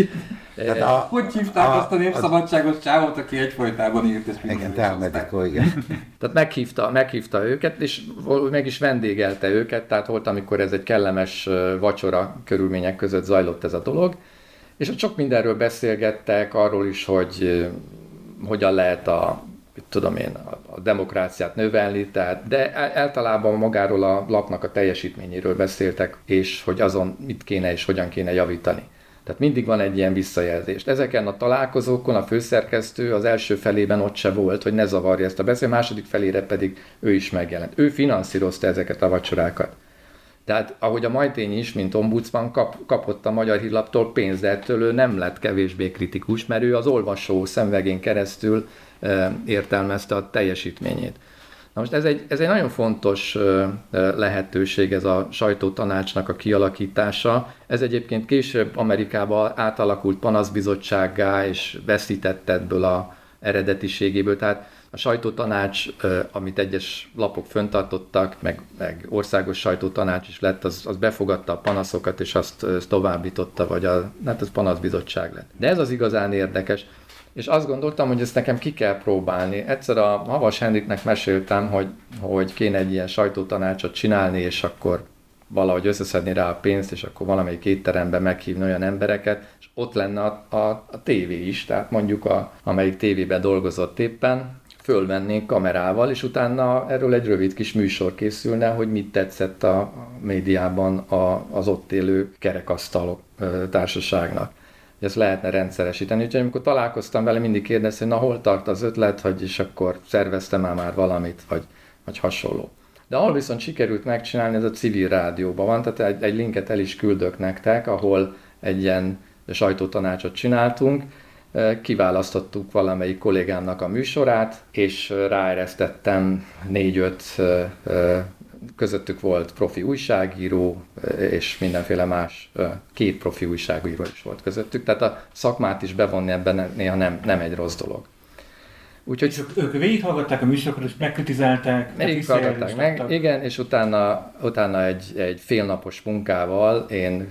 Hogy hívták azt a népszabadságos csávot, aki egyfolytában írt, és igen, Delmedikó, igen. Tehát meghívta őket, és meg is vendégelte őket, tehát volt, amikor ez egy kellemes vacsora körülmények között zajlott ez a dolog, és sok mindenről beszélgettek, arról is, hogy hogyan lehet a demokráciát növelni, de általában magáról a lapnak a teljesítményéről beszéltek, és hogy azon mit kéne és hogyan kéne javítani. Tehát mindig van egy ilyen visszajelzést. Ezeken a találkozókon a főszerkesztő az első felében ott se volt, hogy ne zavarja ezt a beszél, második felére pedig ő is megjelent. Ő finanszírozta ezeket a vacsorákat. Tehát ahogy a Majtényi is, mint ombudsman kapott a Magyar Hírlaptól pénzt, de ettől ő nem lett kevésbé kritikus, mert ő az olvasó szemvegén keresztül értelmezte a teljesítményét. Na most ez egy nagyon fontos lehetőség, ez a sajtótanácsnak a kialakítása. Ez egyébként később Amerikában átalakult panaszbizottsággá, és veszített ebből az eredetiségéből. Tehát a sajtótanács, amit egyes lapok föntartottak, meg országos sajtótanács is lett, az befogadta a panaszokat, és azt továbbította, vagy az panaszbizottság lett. De ez az igazán érdekes. És azt gondoltam, hogy ezt nekem ki kell próbálni. Egyszer a Havas Henriknek meséltem, hogy kéne egy ilyen sajtótanácsot csinálni, és akkor valahogy összeszedni rá a pénzt, és akkor valamelyik étteremben meghívni olyan embereket, és ott lenne a tévé is, tehát mondjuk amelyik tévében dolgozott éppen, fölvennénk kamerával, és utána erről egy rövid kis műsor készülne, hogy mit tetszett a médiában az ott élő kerekasztalok társaságnak. Ezt lehetne rendszeresíteni. Úgyhogy amikor találkoztam vele, mindig kérdeztem, hogy na hol tart az ötlet, hogy és akkor szerveztem már valamit, vagy hasonló. De ahol viszont sikerült megcsinálni, ez a civil rádióban van, tehát egy linket el is küldök nektek, ahol egy ilyen sajtótanácsot csináltunk, kiválasztottuk valamelyik kollégámnak a műsorát, és ráeresztettem 4-5 közöttük volt profi újságíró, és mindenféle más, 2 profi újságíró is volt közöttük, tehát a szakmát is bevonni ebben néha nem egy rossz dolog. Úgyhogy és ők végighallgatták a műsorokat, és megkritizálták. Végighallgatták meg, igen, és utána egy félnapos munkával én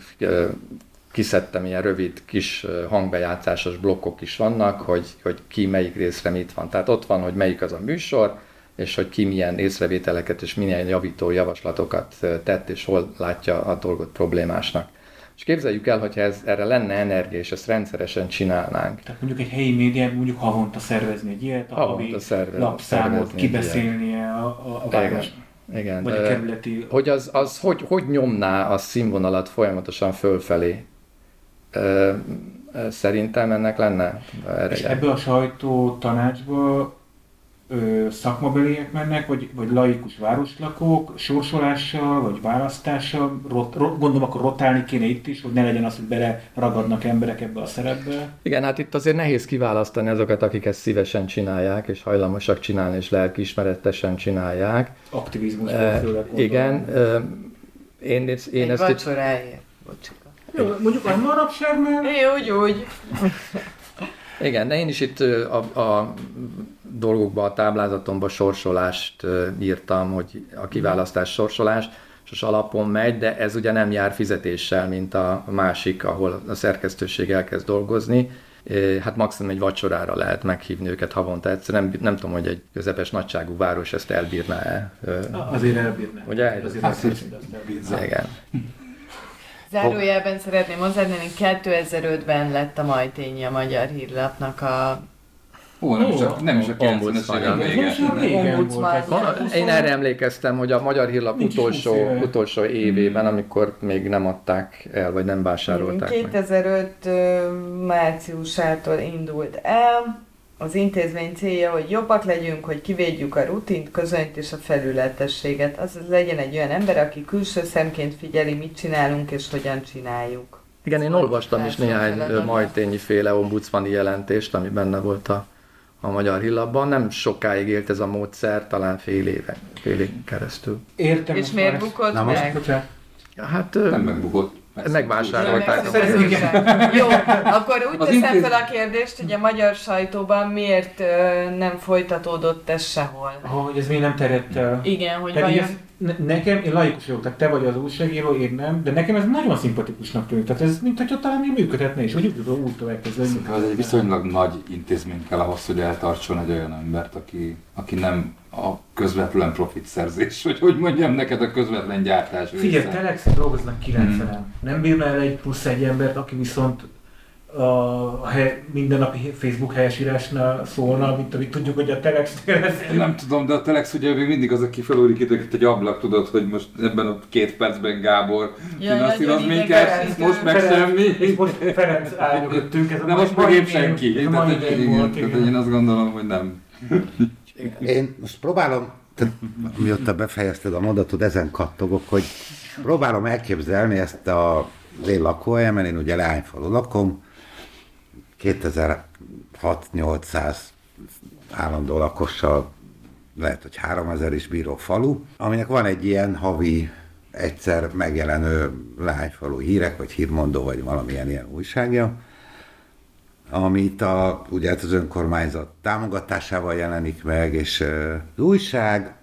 kiszedtem, ilyen rövid kis hangbejátszásos blokkok is vannak, hogy ki melyik részre mit van. Tehát ott van, hogy melyik az a műsor, és hogy ki milyen észrevételeket és milyen javító javaslatokat tett, és hol látja a dolgot problémásnak. És képzeljük el, hogyha erre lenne energia, és ezt rendszeresen csinálnánk. Tehát mondjuk egy helyi médiában mondjuk havonta szervezni egy ilyet, a havi lapszámot kibeszélnie a város. Igen. Vagy a kerületi... Hogy nyomná a színvonalat folyamatosan fölfelé? Szerintem ennek lenne erre. És ebből a sajtótanácsba szakmabeliek mennek, vagy laikus városlakók, sorsolással, vagy választással, gondolom akkor rotálni kéne itt is, hogy ne legyen az, hogy beleragadnak emberek ebbe a szerepbe. Igen, hát itt azért nehéz kiválasztani azokat, akik ezt szívesen csinálják, és hajlamosak csinálni, és lelkiismeretesen csinálják. Aktivizmusból főleg. Igen. Én egy vacsoráért. Jó, mondjuk a manapság már... Úgy. Igen, de én is itt a dolgokban, a táblázatomban sorsolást írtam, hogy a kiválasztás sorsolás alapon megy, de ez ugye nem jár fizetéssel, mint a másik, ahol a szerkesztőség elkezd dolgozni. Hát maximum egy vacsorára lehet meghívni őket havonta egyszer. Nem tudom, hogy egy közepes nagyságú város ezt elbírná-e. Azért elbírná. Ugye? Igen. Zárójelben szeretném hozzáadni, hogy 2005-ben lett a Majtényi a Magyar Hírlapnak a nem is a 90-es évek. Én erre emlékeztem, hogy a Magyar Hírlap utolsó évében, amikor még nem adták el, vagy nem vásárolták 2005 márciusától indult el. Az intézmény célja, hogy jobbak legyünk, hogy kivédjük a rutint, közönyt és a felületességet. Azaz legyen egy olyan ember, aki külső szemként figyeli, mit csinálunk és hogyan csináljuk. Igen, én olvastam is néhány Majtényi féle ombudsmani jelentést, ami benne volt a Magyar Hírlapban. Nem sokáig élt ez a módszer, talán fél év keresztül. Értem. És miért bukott meg? Hát nem megbukott. Megvásárolták. Jó, akkor úgy teszem fel a kérdést, hogy a magyar sajtóban miért nem folytatódott ez sehol? Hogy ez még nem terjedt el. Igen, hogy vajon... Nekem, én laikus vagyok, tehát te vagy az újságíró, én nem, de nekem ez nagyon szimpatikusnak tűnik. Tehát ez, mint hogyha talán még működhetne is, hogy úgy tovább kezdeni. Ez egy viszonylag nagy intézmény kell ahhoz, hogy eltartson egy olyan embert, aki nem a közvetlen profitszerzés, hogy mondjam neked, a közvetlen gyártás. Figyelj, Telexen dolgoznak 90-en. Nem bírna el egy plusz egy embert, aki viszont mindennapi Facebook helyesírásnál szólna, mint amit tudjuk, hogy a Telex-nél lesz. Nem tudom, de a Telex ugye még mindig az, aki felúrik itt egy ablak, tudod, hogy most ebben a 2 percben Gábor finanszíroz minket, most meg semmi. És most Ferenc áll mögöttünk. De most meg épp senki. Én azt gondolom, hogy nem. Én most próbálom, mióta befejezted a mondatot, ezen kattogok, hogy próbálom elképzelni ezt az én lakóhelyemen, én ugye Leányfalu lakom, 2600-800 állandó lakossal, lehet, hogy 3000 is bíró falu, aminek van egy ilyen havi egyszer megjelenő Leányfalu hírek, vagy hírmondó, vagy valamilyen ilyen újságja, amit ugye az önkormányzat támogatásával jelenik meg, és az újság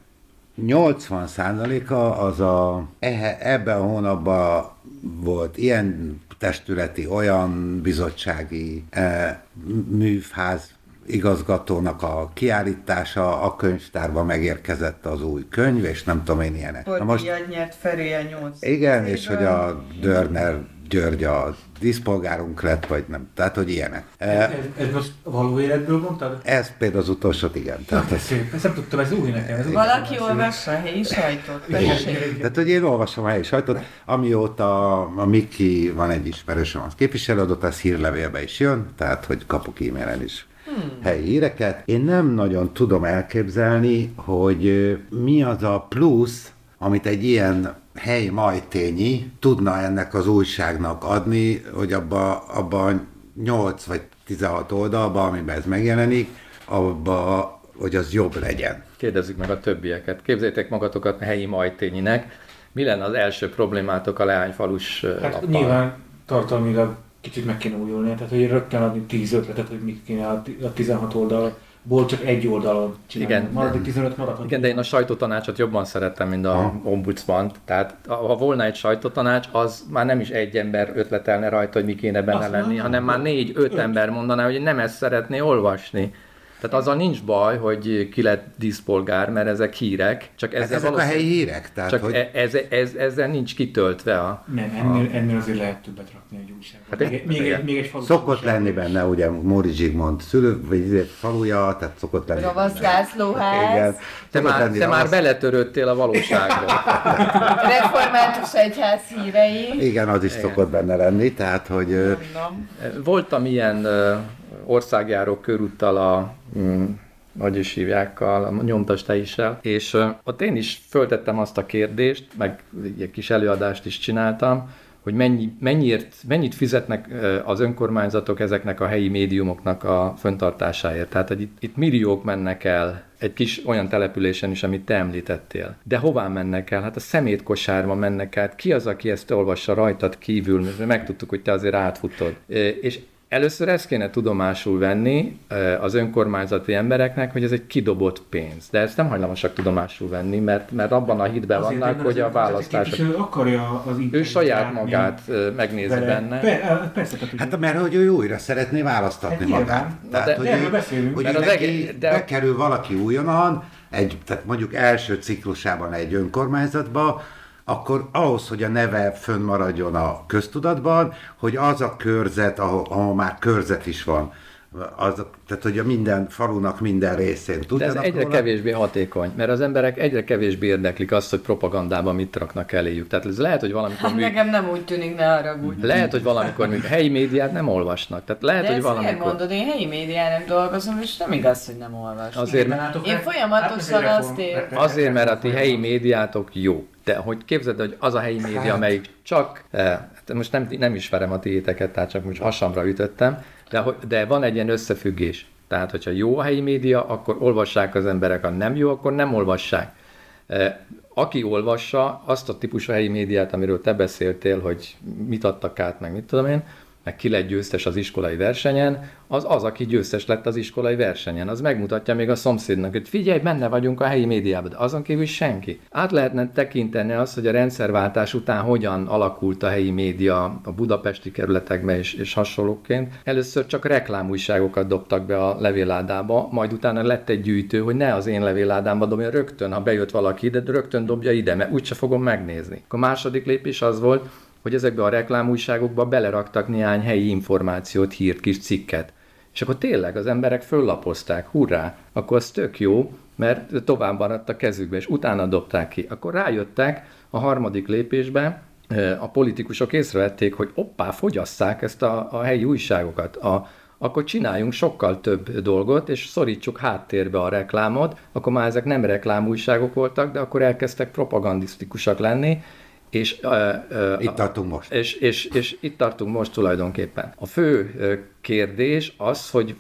80%-a az ebben a hónapban volt ilyen testületi, olyan bizottsági művház igazgatónak a kiállítása, a könyvtárba megérkezett az új könyv, és nem tudom én ilyenek. Sportdíjat nyert Ferője 8. Igen, és hogy a Dörner György a díszpolgárunk lett, vagy nem. Tehát, hogy ilyenek. Ez most való életből mondtad? Ez például az utolsót, igen. Tehát szép, ezt nem tudtam, ez új nekem. Valaki olvassa a helyi sajtot. Tehát, hogy én olvasom a helyi sajtot, amióta a Miki van egy ismerősöm, az képviselőadott, az hírlevélbe is jön, tehát, hogy kapok e-mailen is helyi híreket. Én nem nagyon tudom elképzelni, hogy mi az a plusz, amit egy ilyen helyi Majtényi tudna ennek az újságnak adni, hogy abba 8 vagy 16 oldalba, amiben ez megjelenik, abba, hogy az jobb legyen. Kérdezzük meg a többieket. Képzeljétek magatokat helyi Majtényinek. Mi lenne az első problémátok a Leányfalus lappal? Nyilván tartalmilag kicsit meg kéne újulni, tehát hogy rögtön adni 10 ötletet, hogy mit kéne a 16 oldalból csak egy oldalon csinálni. Igen, maradni 15 maradhat. Igen, de én a sajtótanácsot jobban szerettem, mint a ombudsmant. Tehát ha volna egy sajtótanács, az már nem is egy ember ötletelne rajta, hogy mi kéne benne lenni, hanem már 4-5 ember mondaná, hogy nem ezt szeretné olvasni. Tehát azzal nincs baj, hogy ki lett díszpolgár, mert ezek hírek. Csak ezzel ezek a helyi hírek? Tehát, csak hogy... ezzel nincs kitöltve Nem, ennél azért lehet többet rakni egy újságban. Hát még egy falu. Szokott lenni benne, ugye Móri Zsigmond szülő, vagy faluja, tehát szokott lenni. Ravasz Lászlóház. Igen. Te már beletörődtél a valóságba. Református egyház hírei. Igen, az is szokott benne lenni, tehát hogy... Voltam ilyen országjáró körúttal hogy is hívják, a Nyomtas Teissel, és ott én is föltettem azt a kérdést, meg egy kis előadást is csináltam, hogy mennyit fizetnek az önkormányzatok ezeknek a helyi médiumoknak a fenntartásáért. Tehát, hogy itt milliók mennek el egy kis olyan településen is, amit te említettél. De hová mennek el? Hát a szemétkosárba mennek el. Ki az, aki ezt olvassa rajtad kívül? Megtudtuk, hogy te azért átfutod. És először ezt kéne tudomásul venni az önkormányzati embereknek, hogy ez egy kidobott pénz. De ezt nem hajlamosak tudomásul venni, mert abban a hitben vannak, hogy a választások... Ő akarja az ő saját magát megnézi benne. Persze, hát mert hogy ő újra szeretné választatni magát. Tehát, hogy bekerül valaki újonnan, tehát mondjuk első ciklusában egy önkormányzatba, akkor ahhoz, hogy a neve fönnmaradjon a köztudatban, hogy az a körzet, ahol már körzet is van, tehát hogy a minden falunak minden részén tudjanak. De ez egyre kevésbé hatékony, mert az emberek egyre kevésbé érdeklik azt, hogy propagandában mit raknak eléjük. Tehát ez lehet, hogy valamikor... nekem nem úgy tűnik, ne haragudj. Lehet, hogy valamikor még helyi médiát nem olvasnak. Tehát lehet, de hogy valamikor... miért mondod? Én helyi médiának dolgozom, és nem igaz, hogy nem olvasnak. Azért, én folyamatosan azt érzem. Azért, mert a ti helyi médiátok jó. De hogy képzeld, hogy az a helyi média, amelyik csak... most nem ismerem a tiéteket, tehát csak most hasamra ütöttem, de van egy ilyen összefüggés. Tehát, hogyha jó a helyi média, akkor olvassák az emberek, ha nem jó, akkor nem olvassák. Aki olvassa azt a típusú helyi médiát, amiről te beszéltél, hogy mit adtak át, meg mit tudom én, meg ki lett győztes az iskolai versenyen, az, aki győztes lett az iskolai versenyen. Az megmutatja még a szomszédnak, hogy figyelj, benne vagyunk a helyi médiában, de azon kívül senki. Át lehetne tekinteni azt, hogy a rendszerváltás után hogyan alakult a helyi média a budapesti kerületekben és hasonlóként. Először csak reklámújságokat dobtak be a levélládába, majd utána lett egy gyűjtő, hogy ne az én levélládámba dobja rögtön, ha bejött valaki ide, de rögtön dobja ide, mert úgyse fogom megnézni. A második lépés az volt, hogy ezekbe a reklámújságokba beleraktak néhány helyi információt, hírt, kis cikket. És akkor tényleg az emberek föllapozták, hurrá, akkor az tök jó, mert tovább maradt a kezükbe, és utána dobták ki. Akkor rájöttek a harmadik lépésben, a politikusok észrevették, hogy oppá, fogyasszák ezt a helyi újságokat. Akkor csináljunk sokkal több dolgot, és szorítsuk háttérbe a reklámot, akkor már ezek nem reklámújságok voltak, de akkor elkezdtek propagandisztikusak lenni, és itt tartunk most. És itt tartunk most tulajdonképpen. A fő kérdés az, hogy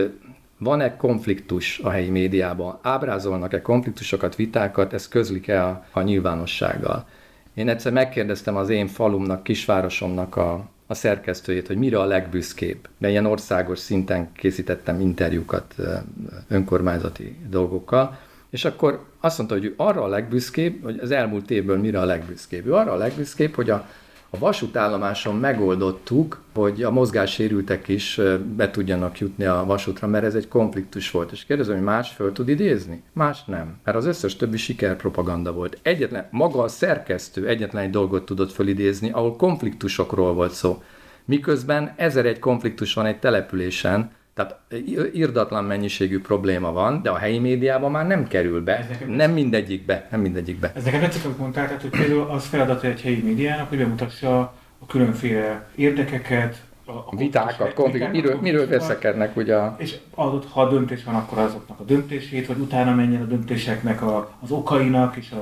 van-e konfliktus a helyi médiában, ábrázolnak-e konfliktusokat, vitákat, ezt közlik-e a nyilvánossággal. Én egyszer megkérdeztem az én falumnak, kisvárosomnak a szerkesztőjét, hogy mire a legbüszkébb. Mert ilyen országos szinten készítettem interjúkat önkormányzati dolgokkal, és akkor azt mondta, hogy ő arra a legbüszkébb, hogy az elmúlt évből mire a legbüszkébb. Ő arra a legbüszkébb, hogy a vasútállomáson megoldottuk, hogy a mozgássérültek is be tudjanak jutni a vasútra, mert ez egy konfliktus volt. És kérdezem, hogy más föl tud idézni? Más nem. Mert az összes többi sikerpropaganda volt. Maga a szerkesztő egyetlen egy dolgot tudott fölidézni, ahol konfliktusokról volt szó. Miközben 1001 konfliktus van egy településen, tehát irdatlan mennyiségű probléma van, de a helyi médiában már nem kerül be. Nem mindegyikbe. Ez nekem tetszik, amit mondtál, tehát, hogy például az feladata egy helyi médiának, hogy bemutassa a különféle érdekeket, a vitákat, miről veszekednek ugye. És adott, ha döntés van, akkor azoknak a döntését, vagy utána menjen a döntéseknek az okainak, és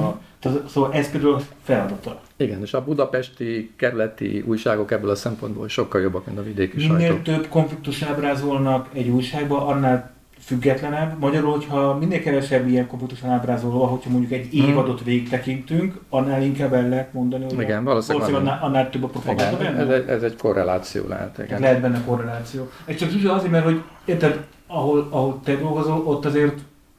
szóval ez például a feladata. Igen, és a budapesti kerületi újságok ebből a szempontból sokkal jobbak, mint a vidéki sajtó. Minél több konfliktus ábrázolnak egy újságban, annál függetlenebb. Magyarul, hogyha minél kevesebb ilyen konfliktusan ábrázolva, hogyha mondjuk egy évadot végigtekintünk, annál inkább el lehet mondani, hogy igen, valószínűleg annál több a propaganda benne. Ez egy korreláció lehet. Igen. Lehet benne korreláció. Ez csak azért, mert hogy érted, ahol te dolgozol, ott azért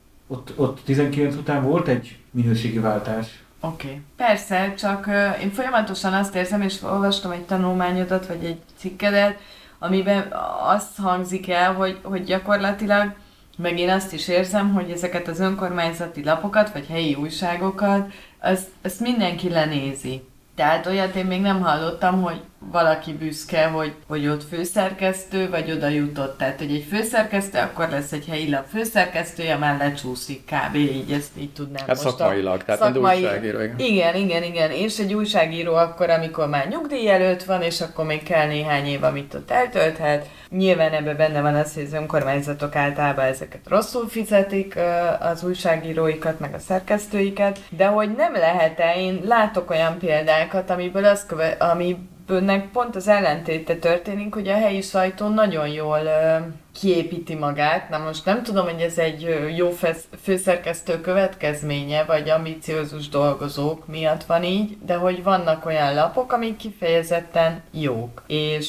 ott 19 után volt egy minőségi váltás. Oké. Persze, csak én folyamatosan azt érzem, és olvastam egy tanulmányodat, vagy egy cikkedet, amiben azt hangzik el, hogy gyakorlatilag, meg én azt is érzem, hogy ezeket az önkormányzati lapokat, vagy helyi újságokat, ezt mindenki lenézi. Tehát olyat én még nem hallottam, hogy valaki büszke, hogy ott főszerkesztő, vagy oda jutott. Tehát, hogy egy főszerkesztő, akkor lesz egy helyi lap főszerkesztője, már lecsúszik kb. Így ezt így tudnám hát most. Szakmailag, tehát egy újságíró. Igen. És egy újságíró akkor, amikor már nyugdíj előtt van, és akkor még kell néhány év, amit ott eltölthet. Nyilván ebben benne van az, hogy az önkormányzatok általában ezeket rosszul fizetik, az újságíróikat, meg a szerkesztőiket, de hogy nem lehet-e, én látok olyan példákat, amiből ennek pont az ellentéte történik, hogy a helyi sajtó nagyon jól kiépíti magát. Na most nem tudom, hogy ez egy jó főszerkesztő következménye, vagy ambiciózus dolgozók miatt van így, de hogy vannak olyan lapok, amik kifejezetten jók.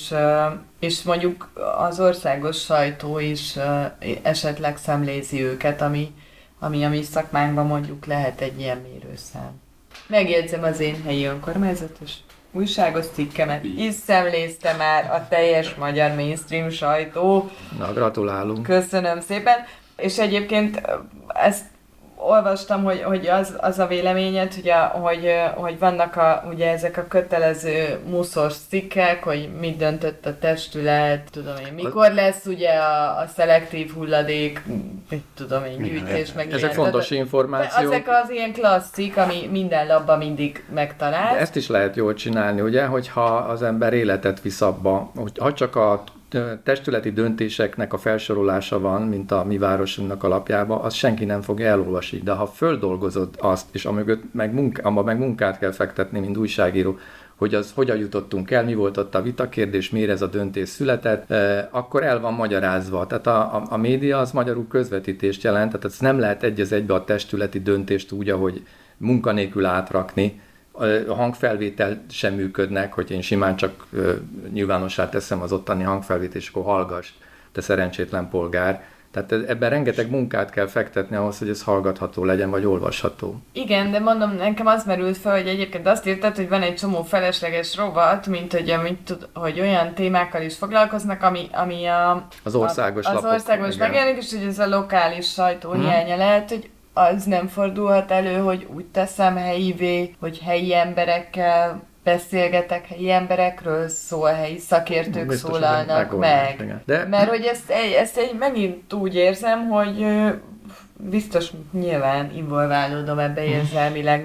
És mondjuk az országos sajtó is esetleg szemlézi őket, ami a mi szakmánkban mondjuk lehet egy ilyen mérőszám. Megjegyzem az én helyi önkormányzatos újságos cikkemet is szemlézte már a teljes magyar mainstream sajtó. Na, gratulálunk. Köszönöm szépen. És egyébként ezt olvastam, hogy az a véleményed, hogy vannak ugye ezek a kötelező muszos cikkek, hogy mit döntött a testület, tudom én, mikor lesz ugye a szelektív hulladék, tudom én, gyűjtés, meg ezek ilyen. fontos információk. Ezek az ilyen klasszik, ami minden labban mindig megtalál. De ezt is lehet jól csinálni, ugye, hogyha az ember életet visz abba, ha csak a testületi döntéseknek a felsorolása van, mint a mi városunknak alapjában, az senki nem fogja elolvasni. De ha földolgozod azt, és amögött meg munkát kell fektetni, mint újságíró, hogy az hogyan jutottunk el, mi volt ott a vitakérdés, miért ez a döntés született, akkor el van magyarázva. Tehát a média az magyarul közvetítést jelent, tehát ez nem lehet egy az egybe a testületi döntést úgy, ahogy munkanélkül átrakni. A hangfelvétel sem működnek, hogy én simán csak nyilvánossá teszem az ottani hangfelvételt, és akkor hallgass, te szerencsétlen polgár. Tehát ebben rengeteg munkát kell fektetni ahhoz, hogy ez hallgatható legyen, vagy olvasható. Igen, de mondom, nekem az merült fel, hogy egyébként azt írtad, hogy van egy csomó felesleges rovat, mint hogy olyan témákkal is foglalkoznak, ami az országos lapok. Az országos megjelenik, és hogy ez a lokális sajtó hiánya lehet, hogy az nem fordulhat elő, hogy úgy teszem helyivé, hogy helyi emberekkel beszélgetek, helyi emberekről szól, helyi szakértők biztos szólalnak meg. De... Mert hogy ezt megint úgy érzem, hogy biztos nyilván involválódom ebbe érzelmileg,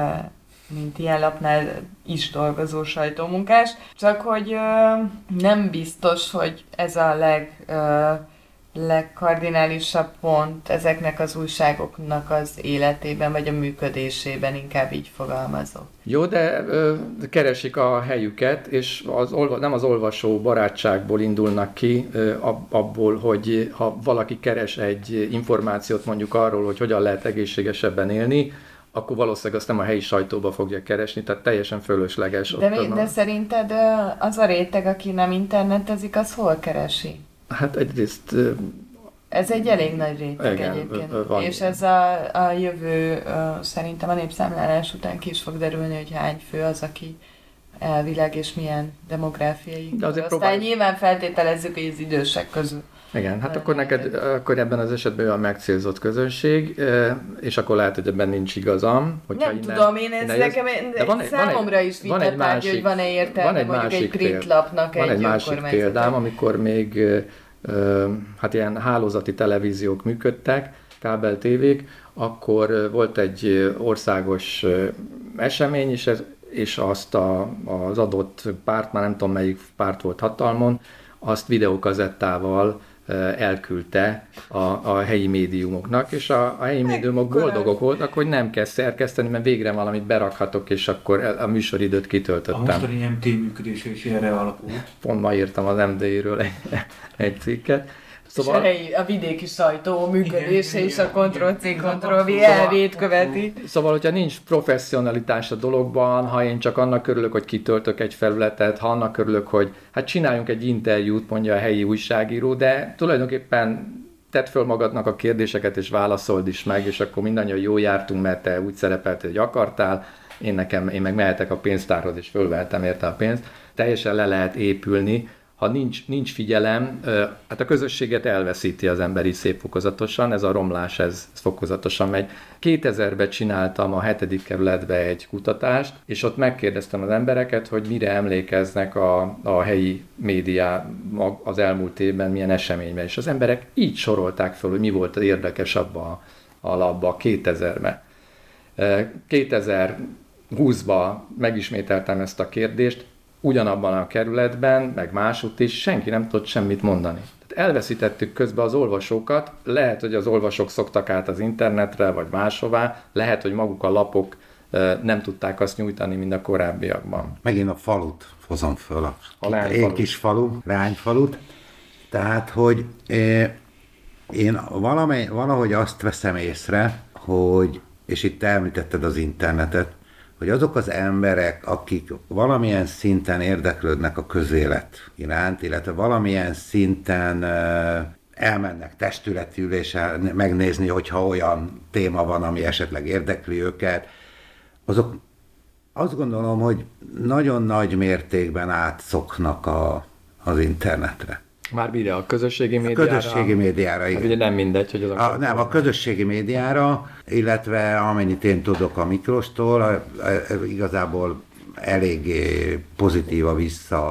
mint ilyen lapnál is dolgozó sajtómunkás, csak hogy nem biztos, hogy ez a legkardinálisabb pont ezeknek az újságoknak az életében, vagy a működésében, inkább így fogalmazok. Jó, de keresik a helyüket, és nem az olvasó barátságból indulnak ki, abból, hogy ha valaki keres egy információt mondjuk arról, hogy hogyan lehet egészségesebben élni, akkor valószínűleg azt nem a helyi sajtóba fogja keresni, tehát teljesen fölösleges. De szerinted az a réteg, aki nem internetezik, az hol keresi? Hát egyrészt... Ez egy elég nagy réteg egyébként. És ez a jövő szerintem a népszámlálás után ki is fog derülni, hogy hány fő az, aki elvileg és milyen demográfiai. Aztán nyilván feltételezzük, hogy az idősek közül. Igen, hát akkor ebben az esetben olyan megcélzott közönség, és akkor lehet, hogy ebben nincs igazam. Nem tudom, én ez nekem számomra is vitatárgy, hogy van-e értelme mondjuk egy printlapnak egy önkormányzatnak. Van egy másik példám, amikor még hát ilyen hálózati televíziók működtek, kábel tévék, akkor volt egy országos esemény, és azt az adott párt, már nem tudom melyik párt volt hatalmon, azt videókazettával elküldte a helyi médiumoknak, és a helyi médiumok boldogok voltak, hogy nem kell szerkeszteni, mert végre valamit berakhatok, és akkor a műsoridőt kitöltöttem. A mostani MT működése is erre alapul. Pont ma írtam az MD-ről egy cikket. Szóval, és a vidéki sajtó működése is a Ctrl-C, Ctrl-V elvét követi. Szóval, hogyha nincs professzionalitás a dologban, ha én csak annak örülök, hogy kitöltök egy felületet, ha annak örülök, hogy hát csináljunk egy interjút, mondja a helyi újságíró, de tulajdonképpen tedd föl magadnak a kérdéseket, és válaszold is meg, és akkor mindannyian jól jártunk, mert te úgy szerepeltél, hogy akartál, én meg mehetek a pénztárhoz, és fölvehetem érte a pénzt. Teljesen le lehet épülni. Ha nincs figyelem, hát a közösséget elveszíti az ember is szép fokozatosan, ez a romlás, ez fokozatosan megy. 2000-ben csináltam a 7. kerületbe egy kutatást, és ott megkérdeztem az embereket, hogy mire emlékeznek a helyi média az elmúlt évben, milyen eseményben, és az emberek így sorolták fel, hogy mi volt az érdekes abban a labban 2000-ben. 2020-ban megismételtem ezt a kérdést, ugyanabban a kerületben, meg másutt is senki nem tudott semmit mondani. Tehát elveszítettük közben az olvasókat, lehet, hogy az olvasók szoktak át az internetre, vagy máshová, lehet, hogy maguk a lapok nem tudták azt nyújtani, mint a korábbiakban. Megint a falut hozom föl, a én kis falu, Leányfalut. Tehát, hogy én valahogy azt veszem észre, hogy, és itt említetted az internetet, hogy azok az emberek, akik valamilyen szinten érdeklődnek a közélet iránt, illetve valamilyen szinten elmennek testületi ülésen megnézni, hogyha olyan téma van, ami esetleg érdekli őket, azok azt gondolom, hogy nagyon nagy mértékben átszoknak az internetre. Már mire? A közösségi médiára? A közösségi médiára, igen. Ugye nem mindegy, hogy az nem, a közösségi médiára, illetve amennyit én tudok a Miklóstól, igazából eléggé pozitív a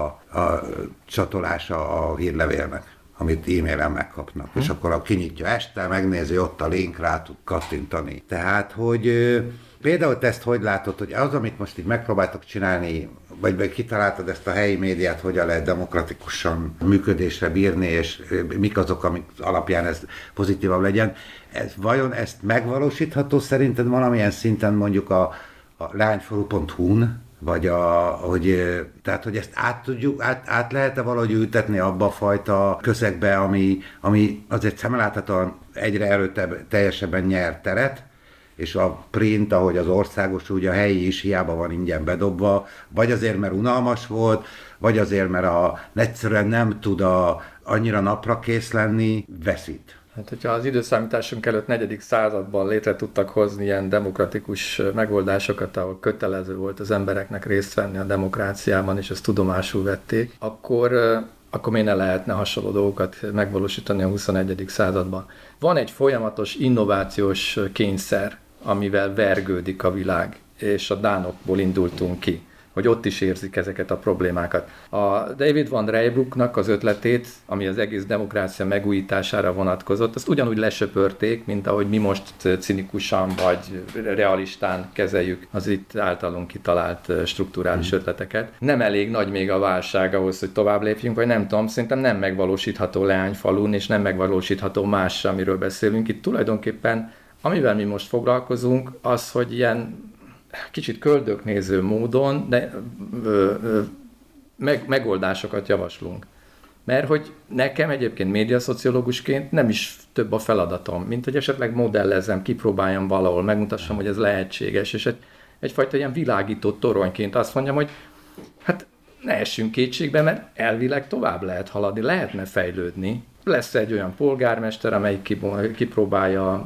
csatolása a hírlevélnek, amit e-mailen megkapnak. És akkor kinyitja este, megnézi, ott a link, rá tud kattintani. Tehát, hogy például te ezt hogy látod, hogy az, amit most így megpróbáltok csinálni, vagy kitaláltad ezt a helyi médiát, hogyan lehet demokratikusan működésre bírni, és mik azok, amik alapján ez pozitívabb legyen. Vajon ezt megvalósítható szerinted valamilyen szinten mondjuk a leányfalu.hu-n, vagy tehát, hogy ezt át lehet-e valahogy ültetni abba a fajta közegbe, ami azért szemléláthatóan egyre erőteljesebben nyer teret, és a print, ahogy az országos, úgy a helyi is hiába van ingyen bedobva, vagy azért, mert unalmas volt, vagy azért, mert egyszerűen nem tud annyira napra kész lenni, veszít. Hát, hogyha az időszámításunk előtt 4. században létre tudtak hozni ilyen demokratikus megoldásokat, ahol kötelező volt az embereknek részt venni a demokráciában, és ezt tudomásul vették, akkor miért ne lehetne hasonló dolgokat megvalósítani a 21. században. Van egy folyamatos innovációs kényszer, amivel vergődik a világ, és a dánokból indultunk ki, hogy ott is érzik ezeket a problémákat. A David Van Reybroucknak az ötletét, ami az egész demokrácia megújítására vonatkozott, azt ugyanúgy lesöpörték, mint ahogy mi most cinikusan vagy realistán kezeljük az itt általunk kitalált strukturális ötleteket. Nem elég nagy még a válság ahhoz, hogy tovább lépjünk, vagy nem tudom, szerintem nem megvalósítható Leányfalun, és nem megvalósítható más, amiről beszélünk. Itt tulajdonképpen, amivel mi most foglalkozunk, az, hogy ilyen kicsit köldöknéző módon, de megoldásokat javaslunk. Mert hogy nekem egyébként médiaszociológusként nem is több a feladatom, mint hogy esetleg modellezzem, kipróbáljam valahol, megmutassam, hogy ez lehetséges, és egyfajta ilyen világító toronyként azt mondjam, hogy hát ne essünk kétségbe, mert elvileg tovább lehet haladni, lehetne fejlődni. Lesz egy olyan polgármester, amelyik kipróbálja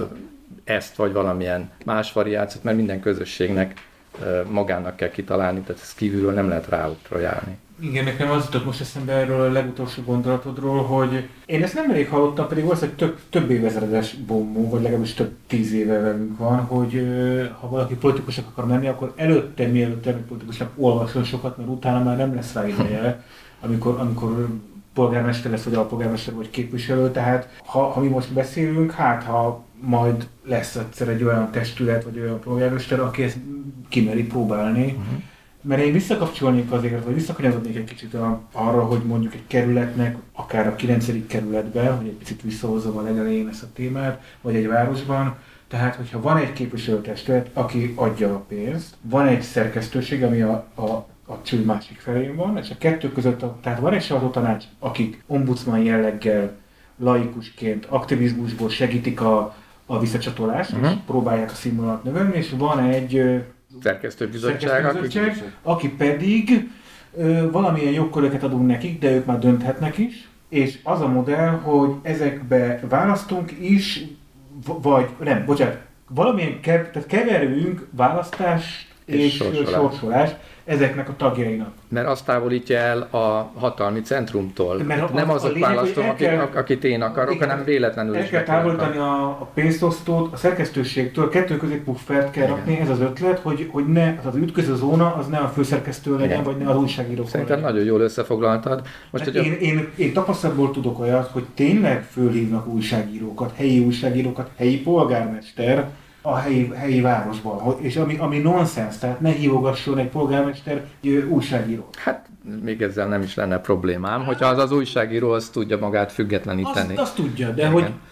ezt, vagy valamilyen más variációt, mert minden közösségnek magának kell kitalálni, tehát ez kívülről nem lehet ráutrajálni. Igen, nekem az jutott most eszembe erről a legutolsó gondolatodról, hogy én ezt nem elég hallottam, pedig valószínűleg több évezredes bombó, vagy legalábbis több 10 éve velünk van, hogy ha valaki politikusnak akar menni, akkor előtte, mielőtt elmegy politikusnak, olvasson sokat, mert utána már nem lesz rá ideje, amikor polgármester lesz, vagy alpolgármester, vagy képviselő, tehát ha mi most beszélünk, hát ha majd lesz egyszer egy olyan testület, vagy olyan polgármester, aki ezt kimeri próbálni. Mert én visszakapcsolnék azért, vagy visszakanyarodnék egy kicsit arra, hogy mondjuk egy kerületnek, akár a 9. kerületben, hogy egy picit visszahozom a legelején ezt a témát, vagy egy városban, tehát hogyha van egy képviselőtestület, aki adja a pénzt, van egy szerkesztőség, ami a cső másik felén van, és a kettő között, tehát van egy sajtótanács, akik ombudsman jelleggel, laikusként, aktivizmusból segítik a visszacsatolást, és próbálják a színvonalat növelni, és van egy szerkesztőbizottság, aki pedig valamilyen jogköröket adunk nekik, de ők már dönthetnek is, és az a modell, hogy ezekbe választunk is, vagy nem, bocsánat, valamilyen tehát keverünk választást és sorsolást ezeknek a tagjainak. Mert azt távolítja el a hatalmi centrumtól. Nem azok választom, akit én akarok, hanem véletlenül is kell távolítani a pénztosztót a szerkesztőségtől, kettő közé puffert kell rakni, ez az ötlet, hogy ne, az ütköző zóna az ne a főszerkesztő legyen, vagy ne az újságíró. Szerintem nagyon jól összefoglaltad. Most, én tapasztalatból tudok olyat, hogy tényleg fölhívnak újságírókat, helyi polgármester, a helyi városban, és ami nonsens, tehát ne hívogasson egy polgármester újságíró. Hát még ezzel nem is lenne problémám, hogyha az újságíró azt tudja magát függetleníteni. Azt tudja, de hogy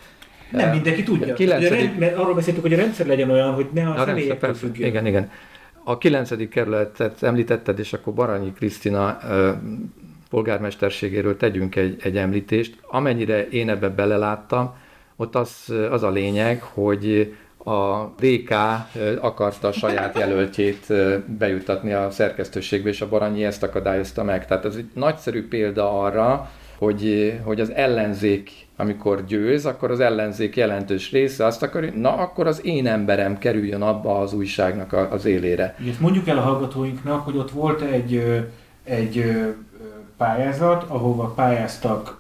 Nem mindenki tudja. Mert arról beszéltük, hogy a rendszer legyen olyan, hogy ne a személyektől függjön. Igen. A 9. kerületet említetted, és akkor Baranyi Krisztina polgármesterségéről tegyünk egy említést. Amennyire én ebbe beleláttam, ott az a lényeg, hogy a DK akarta a saját jelöltjét bejutatni a szerkesztőségbe, és a Baranyi ezt akadályozta meg. Tehát ez egy nagyszerű példa arra, hogy az ellenzék, amikor győz, akkor az ellenzék jelentős része azt akarja, na akkor az én emberem kerüljön abba az újságnak az élére. Ezt mondjuk el a hallgatóinknak, hogy ott volt egy pályázat, ahova pályáztak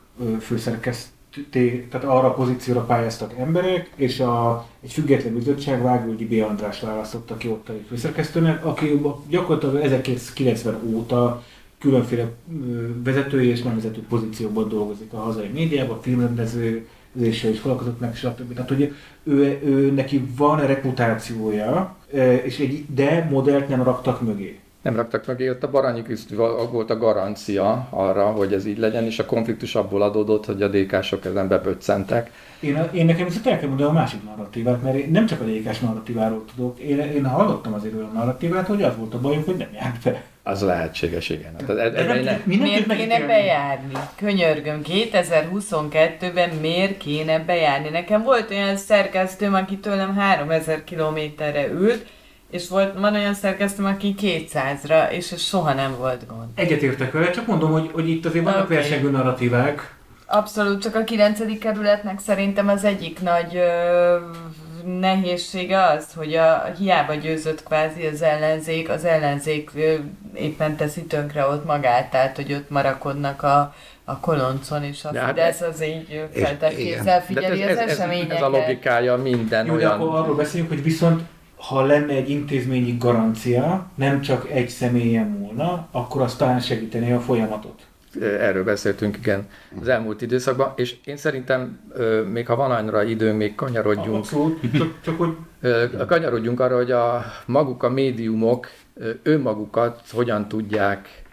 tehát arra a pozícióra pályáztak emberek, és egy független bizottság Vágvölgyi B. András választotta ki ott a főszerkesztőnek, aki gyakorlatilag 1990 óta különféle vezetői és nem vezető pozícióban dolgozik a hazai médiában, filmrendezéssel is foglalkozott meg, stb. Tehát, hogy ő neki van reputációja, de modellt nem raktak mögé. Nem raktak mögé, ott a Baranyi Krisztival volt a garancia arra, hogy ez így legyen, és a konfliktus abból adódott, hogy a DK-sok ezen beböccentek. Én nekem viszont el kell mondani a másik narratívát, mert én nem csak a DK-s narratíváról tudok. Én hallottam azért olyan narratívát, hogy az volt a bajunk, hogy nem járt be. Az lehetséges, igen. Miért kéne bejárni? Könyörgöm, 2022-ben miért kéne bejárni? Nekem volt olyan szerkesztőm, aki tőlem 3000 kilométerre ült, és van olyan szerkesztőm, aki 200-ra, és ez soha nem volt gond. Egyetértek vele, csak mondom, hogy itt azért vannak versengő narratívák. Abszolút, csak a 9. kerületnek szerintem az egyik nagy nehézsége az, hogy hiába győzött kvázi az ellenzék éppen teszi tönkre ott magát, tehát hogy ott marakodnak a koloncon, és a Fidesz az így feltekkézzel figyeli az eseményeket. Ez a logikája minden olyan. Jó, de akkor arról beszélünk, hogy viszont ha lenne egy intézményi garancia, nem csak egy személyen múlna, akkor az talán segítené a folyamatot. Erről beszéltünk, igen, az elmúlt időszakban, és én szerintem, még ha van annyira időnk, még kanyarodjunk. Abszolút, csak hogy... Kanyarodjunk arra, hogy maguk a médiumok önmagukat hogyan tudják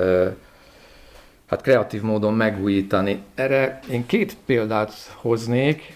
kreatív módon megújítani. Erre én 2 példát hoznék.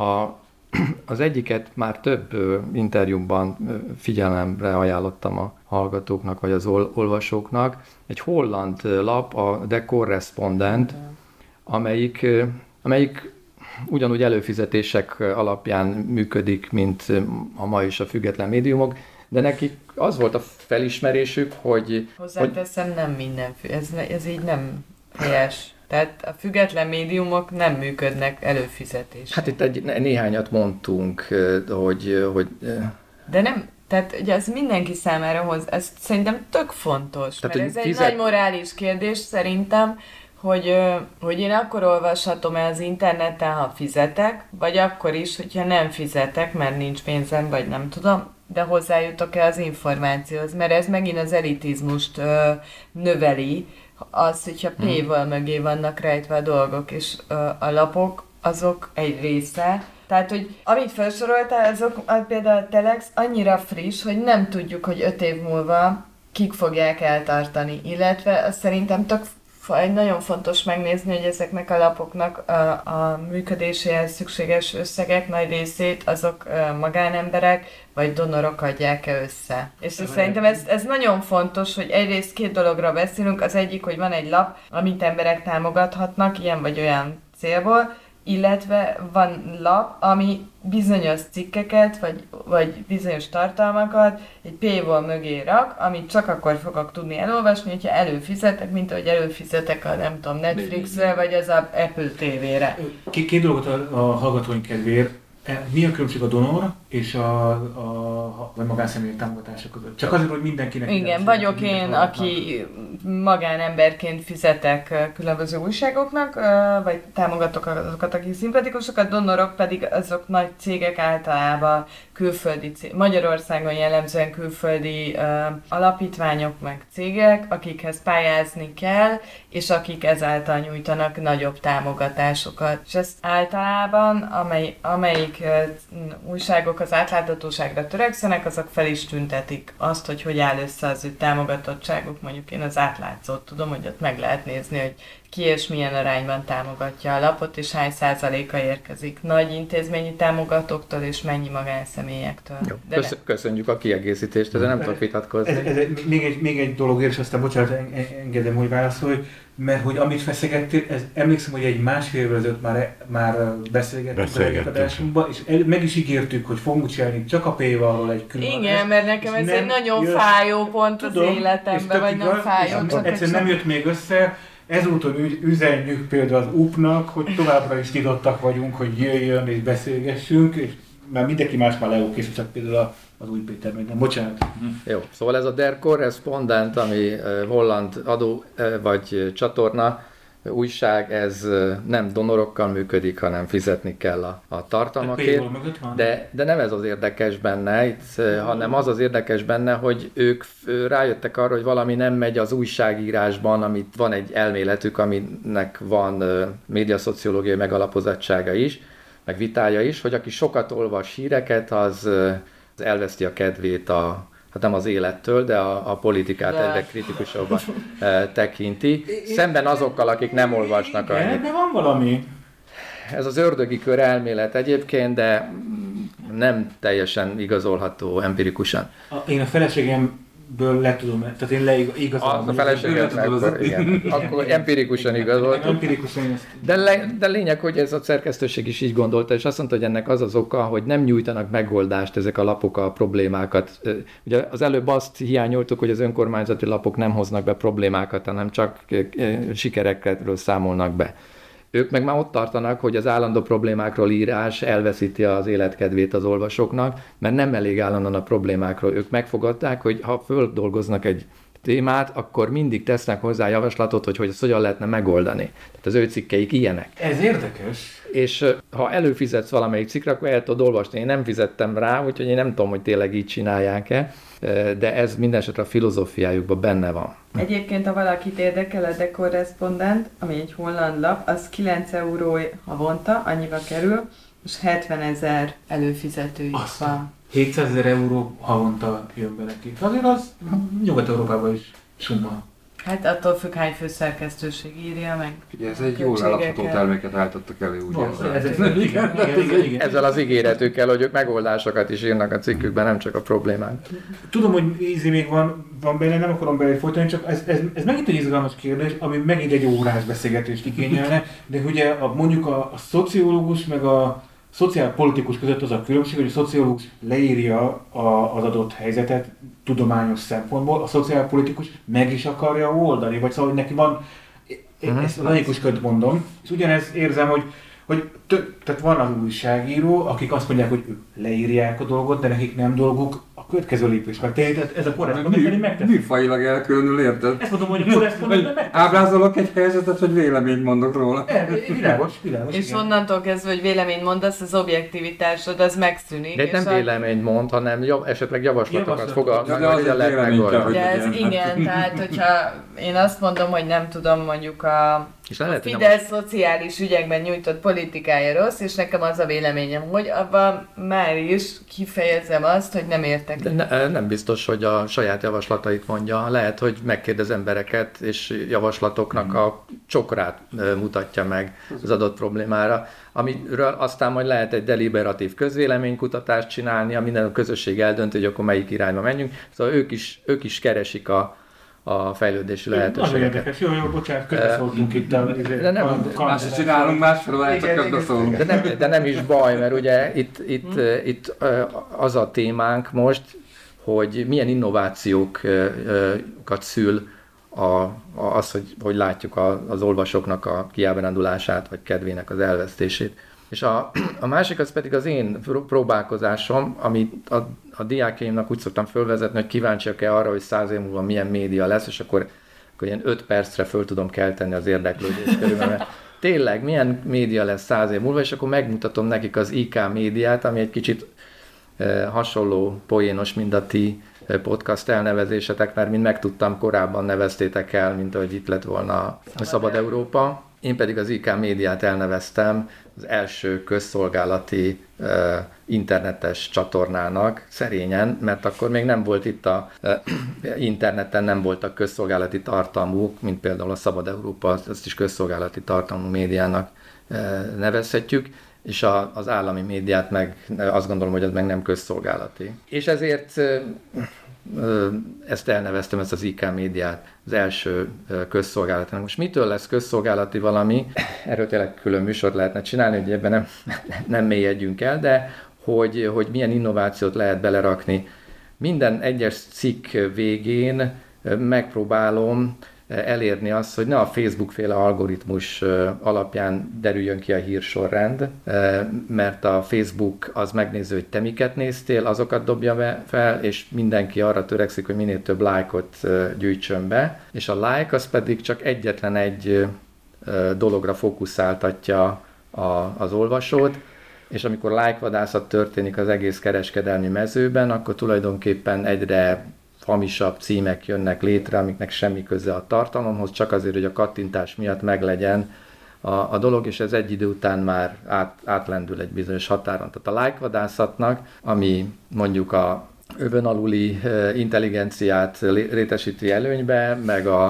Az egyiket már több interjúban figyelemre ajánlottam a hallgatóknak, vagy az olvasóknak. Egy holland lap, a The Correspondent, amelyik ugyanúgy előfizetések alapján működik, mint a ma is a független médiumok, de nekik az volt a felismerésük, hogy... Hozzáteszem, nem minden, ez így nem helyes. Tehát a független médiumok nem működnek előfizetésre. Hát itt néhányat mondtunk, hogy... De nem, tehát ugye ez mindenki számára ez szerintem tök fontos, tehát, mert ez egy nagy morális kérdés szerintem, hogy én akkor olvashatom el az interneten, ha fizetek, vagy akkor is, hogyha nem fizetek, mert nincs pénzem, vagy nem tudom, de hozzájutok-e az információhoz, mert ez megint az elitizmust növeli, az, hogyha paywall mögé vannak rejtve a dolgok, és a lapok, azok egy része. Tehát, hogy amit felsoroltál, azok például a Telex annyira friss, hogy nem tudjuk, hogy 5 év múlva kik fogják eltartani, illetve azt szerintem nagyon fontos megnézni, hogy ezeknek a lapoknak a működéséhez szükséges összegek nagy részét azok magánemberek vagy donorok adják-e össze. És szerintem ez nagyon fontos, hogy egyrészt 2 dologra beszélünk, az egyik, hogy van egy lap, amit emberek támogathatnak ilyen vagy olyan célból, illetve van lap, ami bizonyos cikkeket, vagy bizonyos tartalmakat egy paywall mögé rak, amit csak akkor fogok tudni elolvasni, hogyha előfizetek, mint ahogy előfizetek a nem tudom, Netflixre, vagy az Apple TV-re. 2 dolgot a hallgatóink kedvéért. Mi a különbség a donor és a magánszemélyek támogatása között? Csak azért, hogy mindenkinek... Igen, vagyok én, aki magánemberként fizetek különböző újságoknak, vagy támogatok azokat, akik szimpatikusak, a donorok pedig azok nagy cégek, általában külföldi Magyarországon jellemzően külföldi alapítványok meg cégek, akikhez pályázni kell, és akik ezáltal nyújtanak nagyobb támogatásokat. És ezt általában, amelyik újságok az átláthatóságra törekszünk, törekszenek, azok fel is tüntetik azt, hogy áll össze az ő támogatottságuk. Mondjuk én az Átlátszót tudom, hogy ott meg lehet nézni, hogy ki és milyen arányban támogatja a lapot, és hány százaléka érkezik nagy intézményi támogatóktól, és mennyi magánszemélyektől. Jó, köszönjük a kiegészítést, ezzel nem tudok vitatkozni. Még egy dolog, és aztán bocsánat, engedem, hogy válaszolj, mert hogy amit feszegettél, emlékszem, hogy egy másfél évvel ezelőtt már beszélgettünk a adásunkban, és meg is ígértük, hogy fogunk csinálni csak a P-val egy külön. Igen, mert nekem ez egy nagyon fájó pont az életemben, vagy nem fájó, csak egyszerűen nem jött még össze. Ezúton üzenjük például az UP-nak, hogy továbbra is nyitottak vagyunk, hogy jöjjön és beszélgessünk, és már mindenki más már leókész, csak például az Új Péter még nem. Bocsánat. Jó, szóval ez a Der Correspondent, ami holland adó vagy csatorna, újság, ez nem donorokkal működik, hanem fizetni kell a tartalmakért. De nem ez az érdekes benne, itt, hanem az érdekes benne, hogy ők rájöttek arra, hogy valami nem megy az újságírásban, amit van egy elméletük, aminek van médiaszociológiai megalapozottsága is, meg vitája is, hogy aki sokat olvas híreket, az elveszti a kedvét hát nem az élettől, de a politikát egyre kritikusabban tekinti. Szemben azokkal, akik nem olvasnak annyit. Ebben van valami. Ez az ördögi kör elmélet egyébként, de nem teljesen igazolható empirikusan. Én a feleségemből le tudom, tehát én leigazolom. A feleséget akkor empirikusan igazoltam. De lényeg, hogy ez a szerkesztőség is így gondolta, és azt mondta, hogy ennek az az oka, hogy nem nyújtanak megoldást ezek a lapok a problémákat. Ugye az előbb azt hiányoltuk, hogy az önkormányzati lapok nem hoznak be problémákat, hanem csak sikerekről számolnak be. Ők meg már ott tartanak, hogy az állandó problémákról írás elveszíti az életkedvét az olvasóknak, mert nem elég állandóan a problémákról. Ők megfogadták, hogy ha földolgoznak egy témát, akkor mindig tesznek hozzá javaslatot, hogy ezt hogyan lehetne megoldani. Tehát az ő cikkeik ilyenek. Ez érdekes. És ha előfizetsz valamelyik cikkre, akkor el tudod olvasni. Én nem fizettem rá, úgyhogy én nem tudom, hogy tényleg így csinálják-e, de ez minden esetre a filozófiájukban benne van. Egyébként, ha valakit érdekel, a Der Correspondent, ami egy holland lap, az 9 euró havonta, annyiba kerül, és 70 000 előfizetői van. 700 000 euró havonta jön be neki. Azért az Nyugat-Európában is summa. Hát attól függ, hány főszerkesztőség írja meg. Ugye ez egy jól eladható terméket állítottak elő, ugye? Igen. Ezzel az ígéretükkel, hogy ők megoldásokat is írnak a cikkükben, nem csak a problémák. Tudom, hogy még van benne, nem akarom bele folytani, csak ez megint egy izgalmas kérdés, ami megint egy órás beszélgetést igényelne, de ugye mondjuk a szociológus meg a szociálpolitikus között az a különbség, hogy a szociológus leírja az adott helyzetet tudományos szempontból, a szociálpolitikus meg is akarja oldani, vagy szóval, hogy neki van, ezt a laikusként mondom, és ugyanez érzem, hogy tehát van az újságíró, akik azt mondják, hogy ők leírják a dolgot, de nekik nem dolguk a következő lépés megtenni. Tehát ez a korrespondent pedig megteszi. Műfajilag elkülönül, érted? Ezt mondom, hogy a korrespondent megteszi. Ábrázolok egy helyzetet, hogy véleményt mondok róla. Világos. És onnantól kezdve, hogy véleményt mondasz, az objektivitásod az megszűnik. De nem véleményt mond, hanem esetleg javaslatokat fogalmaz, hogy hogyan lehet megoldani. Igen, tehát hogyha én azt mondom, hogy nem tudom, mondjuk a Fidesz szociális ügyekben nyújtott politikája rossz, és nekem az a véleményem, hogy abban már is kifejezem azt, hogy nem értek. De nem biztos, hogy a saját javaslatait mondja. Lehet, hogy megkérdez embereket, és javaslatoknak a csokrát mutatja meg az adott problémára, amiről aztán majd lehet egy deliberatív közvéleménykutatást csinálni, a minden közösség eldönti, hogy akkor melyik irányba menjünk. Szóval ők is keresik a fejlődési lehetőségeket. Nagyon érdekes. Jó, bocsánat, közbeszóltunk itt más is csinálunk, másfelől csak közbeszólunk. De nem is baj, mert ugye itt az a témánk most, hogy milyen innovációkat szül az, hogy látjuk az olvasóknak a kiábrándulását, vagy kedvének az elvesztését. És a másik az pedig az én próbálkozásom, amit a diákjaimnak úgy szoktam fölvezetni, hogy kíváncsiak-e arra, hogy 100 év múlva milyen média lesz, és akkor ilyen 5 percre föl tudom kelteni az érdeklődést körülbelül. Mert tényleg, milyen média lesz 100 év múlva, és akkor megmutatom nekik az IK médiát, ami egy kicsit hasonló poénos, mint a ti podcast elnevezésetek, mert mint megtudtam, korábban neveztétek el, mint ahogy itt lett volna a Szabad Európa. Én pedig az IK médiát elneveztem, az első közszolgálati internetes csatornának, szerényen, mert akkor még nem volt itt interneten nem voltak közszolgálati tartalmuk, mint például a Szabad Európa, ezt is közszolgálati tartalmú médiának nevezhetjük, és az állami médiát meg azt gondolom, hogy az meg nem közszolgálati. És ezért ezt elneveztem, ezt az IK médiát az első közszolgálatnak. Most mitől lesz közszolgálati valami? Erről tényleg külön műsort lehetne csinálni, hogy ebben nem mélyedjünk el, de hogy milyen innovációt lehet belerakni. Minden egyes cikk végén megpróbálom elérni azt, hogy ne a Facebook-féle algoritmus alapján derüljön ki a hírsorrend, mert a Facebook az megnéző, hogy te miket néztél, azokat dobja fel, és mindenki arra törekszik, hogy minél több lájkot gyűjtsön be, és a like az pedig csak egyetlen egy dologra fókuszáltatja az olvasót, és amikor like-vadászat történik az egész kereskedelmi mezőben, akkor tulajdonképpen egyre hamisabb címek jönnek létre, amiknek semmi köze a tartalomhoz, csak azért, hogy a kattintás miatt meglegyen a dolog, és ez egy idő után már átlendül egy bizonyos határon. Tehát a like-vadászatnak, ami mondjuk a övön aluli intelligenciát rétesíti előnybe,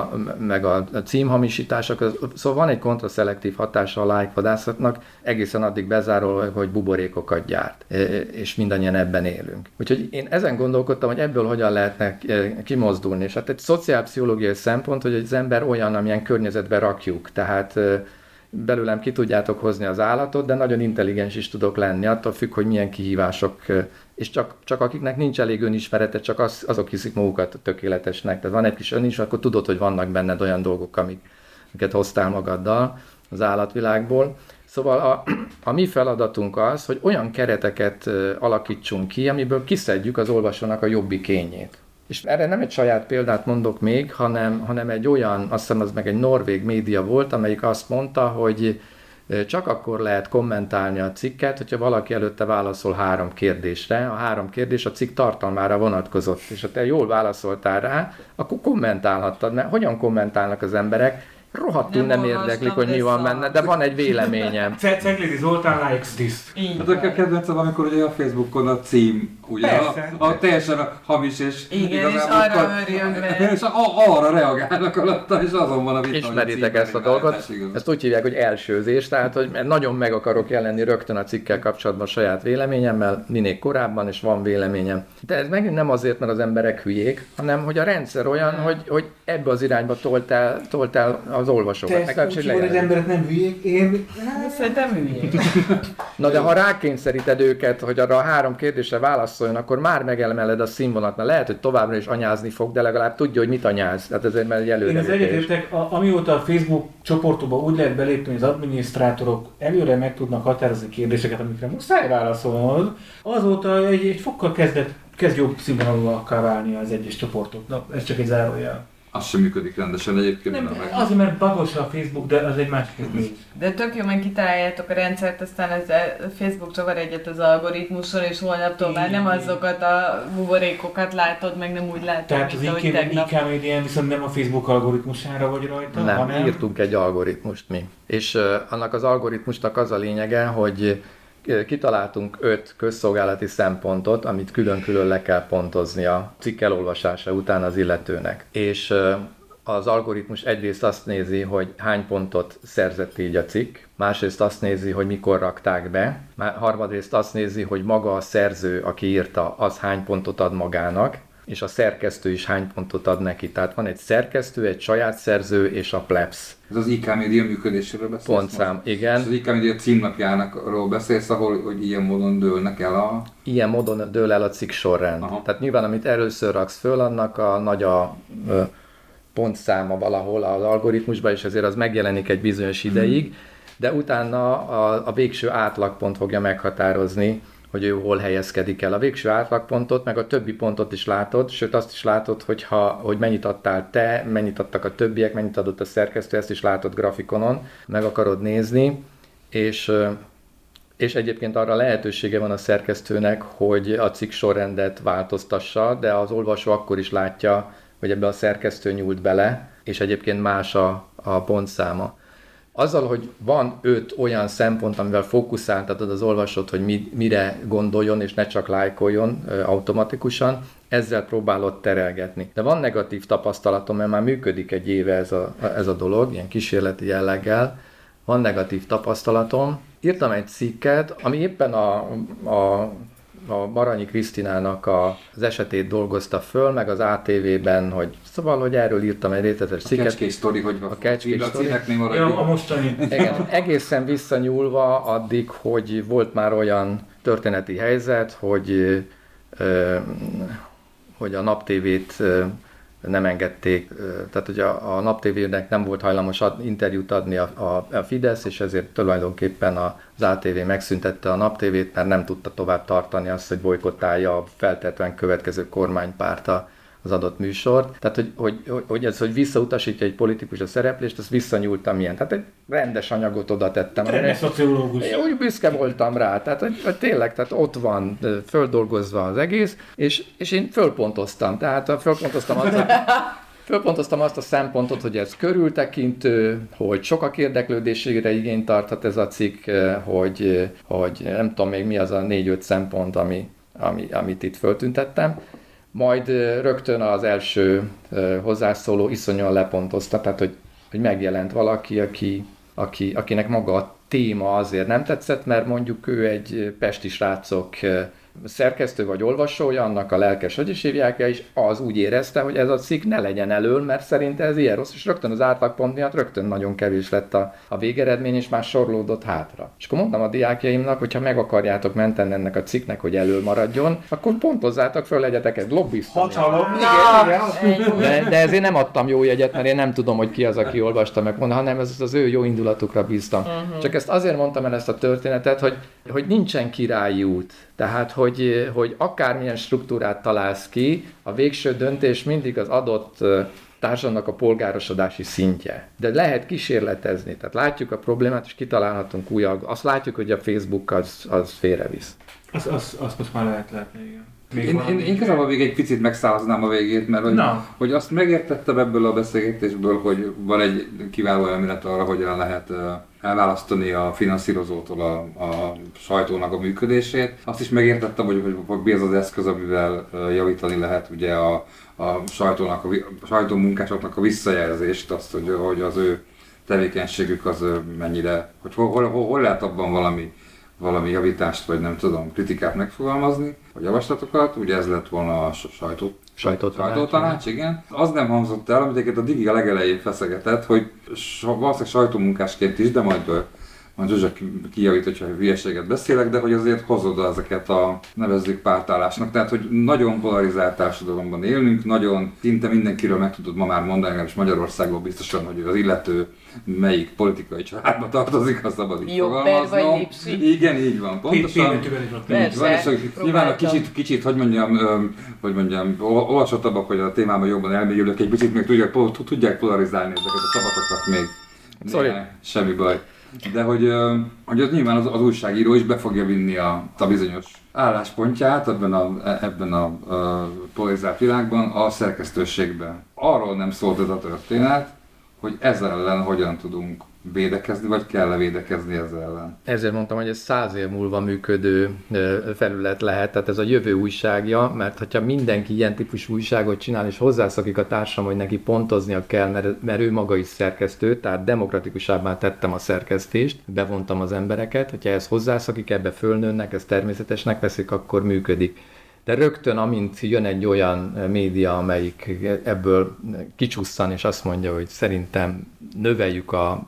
meg a címhamisítások, szóval van egy kontraszelektív hatása a like-vadászatnak, egészen addig bezárul, hogy buborékokat gyárt, és mindannyian ebben élünk. Úgyhogy én ezen gondolkodtam, hogy ebből hogyan lehetne kimozdulni, és hát egy szociálpszichológiai szempont, hogy az ember olyan, amilyen környezetbe rakjuk, tehát belőlem ki tudjátok hozni az állatot, de nagyon intelligens is tudok lenni, attól függ, hogy milyen kihívások, és csak akiknek nincs elég önismerete, csak azok hiszik magukat tökéletesnek. Tehát van egy kis önismeret, akkor tudod, hogy vannak benned olyan dolgok, amiket hoztál magaddal az állatvilágból. Szóval a mi feladatunk az, hogy olyan kereteket alakítsunk ki, amiből kiszedjük az olvasónak a jobbikényét. És erre nem egy saját példát mondok még, hanem egy olyan, azt hiszem az meg egy norvég média volt, amelyik azt mondta, hogy csak akkor lehet kommentálni a cikket, hogyha valaki előtte válaszol 3 kérdésre. A 3 kérdés a cikk tartalmára vonatkozott, és ha te jól válaszoltál rá, akkor kommentálhattad, mert hogyan kommentálnak az emberek? Rohadtul nem érdeklik, hogy mi van benne, de van egy véleményem. Ceglidi Zoltán likes this. Hát a kedvencem, amikor ugye a Facebookon a cím, ugye a teljesen hamis, és igen, és arra örjön be. És arra reagálnak alatta, és azon van a vita. Ismeritek ezt a dolgot? Ezt úgy hívják, hogy elsőzés, tehát hogy nagyon meg akarok jelenni rögtön a cikkel kapcsolatban a saját véleményemmel, minél korábban, és van véleményem. De ez megint nem azért, mert az emberek hülyék, hanem hogy a rendszer olyan, hogy ebbe az irányba tolt el az olvasókat. Te ezt úgy, hogy az emberek nem hülyék, én szerintem hülyék. Na de ha rákényszeríted őket, hogy arra a 3 kérdésre válaszoljon, akkor már megemeled a színvonalat, mert lehet, hogy továbbra is anyázni fog, de legalább tudja, hogy mit anyáz. Tehát ezért már egy előrelépés. Én az egyetértek, amióta a Facebook csoportokba úgy lehet belépni, hogy az adminisztrátorok előre meg tudnak határozni kérdéseket, amikre muszáj válaszolnod, azóta egy fokkal kezd jobb színvonalúakká válni az egyes csoportok. Na, ez csak egy zárójel. Az sem működik rendesen egyébként. Nem, azért, mert bagos a Facebook, de az egy másik kérdés. De tök jó, meg kitaláljátok a rendszert, aztán ez a Facebook csavar egyet az algoritmuson, és holnaptól már nem azokat a buborékokat látod, meg nem úgy látod, tehát mint ahogy tegnap. Tehát az IK médián viszont nem a Facebook algoritmusára vagy rajta, nem, hanem... írtunk egy algoritmust mi. És annak az algoritmusnak az a lényege, hogy kitaláltunk 5 közszolgálati szempontot, amit külön-külön le kell pontozni a cikk elolvasása után az illetőnek. És az algoritmus egyrészt azt nézi, hogy hány pontot szerzett így a cikk, másrészt azt nézi, hogy mikor rakták be, harmadrészt azt nézi, hogy maga a szerző, aki írta, az hány pontot ad magának, és a szerkesztő is hány pontot ad neki. Tehát van egy szerkesztő, egy saját szerző és a plebs. Ez az IK média működéséről beszélsz? Pontszám, igen. És az IK média címnapjáról beszélsz, ahol hogy ilyen módon dőlnek el a... Ilyen módon dől el a cikk sorrend. Aha. Tehát nyilván, amit először raksz föl, annak a nagy pontszáma valahol az algoritmusban, és ezért az megjelenik egy bizonyos ideig, de utána a végső átlagpont fogja meghatározni, hogy ő hol helyezkedik el. A végső átlagpontot, meg a többi pontot is látod, sőt azt is látod, hogy mennyit adtál te, mennyit adtak a többiek, mennyit adott a szerkesztő, ezt is látod grafikonon, meg akarod nézni, és egyébként arra lehetősége van a szerkesztőnek, hogy a cikk sorrendet változtassa, de az olvasó akkor is látja, hogy ebbe a szerkesztő nyúlt bele, és egyébként más a pontszáma. Azzal, hogy van 5 olyan szempont, amivel fókuszáltatod az olvasót, hogy mire gondoljon, és ne csak lájkoljon automatikusan, ezzel próbálod terelgetni. De van negatív tapasztalatom, mert már működik egy éve ez a dolog, ilyen kísérleti jelleggel. Van negatív tapasztalatom. Írtam egy cikket, ami éppen a Baranyi Krisztinának az esetét dolgozta föl, meg az ATV-ben, hogy erről írtam egy részletes cikket. A Kecskés sztori, hogy a Kecskés sztori. A mostani. Igen, egészen visszanyúlva addig, hogy volt már olyan történeti helyzet, hogy a Nap TV-t nem engedték, tehát hogy a Nap TV-nek nem volt hajlamos interjút adni a Fidesz, és ezért tulajdonképpen az ATV megszüntette a Nap TV-t, mert nem tudta tovább tartani azt, hogy bolykottálja a feltétlenül következő kormánypárta az adott műsort. Tehát, hogy visszautasítja egy politikus a szereplést, azt visszanyúltam ilyen. Tehát egy rendes anyagot oda tettem. Rendes szociológus. Úgy büszke voltam rá. Tehát, hogy tényleg, tehát ott van földolgozva az egész, és én fölpontoztam. Tehát fölpontoztam azt a szempontot, hogy ez körültekintő, hogy sokak érdeklődésére igényt tarthat ez a cikk, hogy nem tudom még mi az a 4-5 szempont, amit itt föltüntettem. Majd rögtön az első hozzászóló iszonyúan lepontozta, tehát hogy megjelent valaki, akinek maga a téma azért nem tetszett, mert mondjuk ő egy pesti srácok szerkesztő vagy olvasója, annak a lelkes, hogy is hívják, és az úgy érezte, hogy ez a cikk ne legyen elől, mert szerinte ez ilyen rossz, és rögtön az átlagpont miatt rögtön nagyon kevés lett a végeredmény, és már sorlódott hátra. És akkor mondtam a diákjaimnak, hogy ha meg akarjátok menteni ennek a cikknek, hogy elől maradjon, akkor pontozzátok föl, legyetek egy lobbista. Hatalom! De ezért nem adtam jó jegyet, mert én nem tudom, hogy ki az, aki olvasta meg, hanem ez az ő jó indulatukra bíztam. Csak ezt azért mondtam el ezt a történetet, hogy nincsen királyi út. Tehát, hogy akármilyen struktúrát találsz ki, a végső döntés mindig az adott társadalomnak a polgárosodási szintje. De lehet kísérletezni, tehát látjuk a problémát, és kitalálhatunk újabb. Azt látjuk, hogy a Facebook az félrevisz. Azt most már lehet látni, igen. Én igazából még egy picit megszállaznám a végét, mert hogy azt megértettem ebből a beszélgetésből, hogy van egy kiváló elmélet arra, hogyan lehet elválasztani a finanszírozótól a sajtónak a működését. Azt is megértettem, hogy mi az az eszköz, amivel javítani lehet ugye a sajtómunkásoknak a visszajelzést, azt, hogy az ő tevékenységük az mennyire, hogy hol lehet abban valami javítást, vagy nem tudom, kritikát megfogalmazni, vagy javaslatokat, ugye ez lett volna a sajtótanács, igen. Az nem hangzott el, amit a Digi a legelején feszegetett, hogy valószínűleg sajtómunkásként is, de majd Zsuzsa kijavít, hogyha hülyeséget beszélek, de hogy azért hozod ezeket nevezzük pártállásnak. Tehát, hogy nagyon polarizált társadalomban élünk, nagyon szinte mindenkiről meg tudod ma már mondani, legalábbis Magyarországról biztosan, hogy az illető melyik politikai családba tartozik, ha szabad így fogalmaznom. Igen, így van, pontosan. Így van, és nyilván a kicsit, hogy mondjam, olvasottabbak, hogy a témában jobban elmélyülök, egy picit még tudják polarizálni ezeket a csapatokat még. Semmi baj. De hogy az nyilván az újságíró is be fogja vinni a bizonyos álláspontját ebben a polarizált világban a szerkesztőségben. Arról nem szólt ez a történet, hogy ezzel ellen hogyan tudunk védekezni, vagy kell védekezni ezzel ellen. Ezért mondtam, hogy ez 100 év múlva működő felület lehet, tehát ez a jövő újságja, mert hogyha mindenki ilyen típusú újságot csinál, és hozzászokik a társam, hogy neki pontoznia kell, mert ő maga is szerkesztő, tehát demokratikusabbá tettem a szerkesztést, bevontam az embereket, hogyha ez hozzászokik, ebbe fölnőnek, ez természetesnek veszik, akkor működik. De rögtön, amint jön egy olyan média, amelyik ebből kicsusszan, és azt mondja, hogy szerintem növeljük a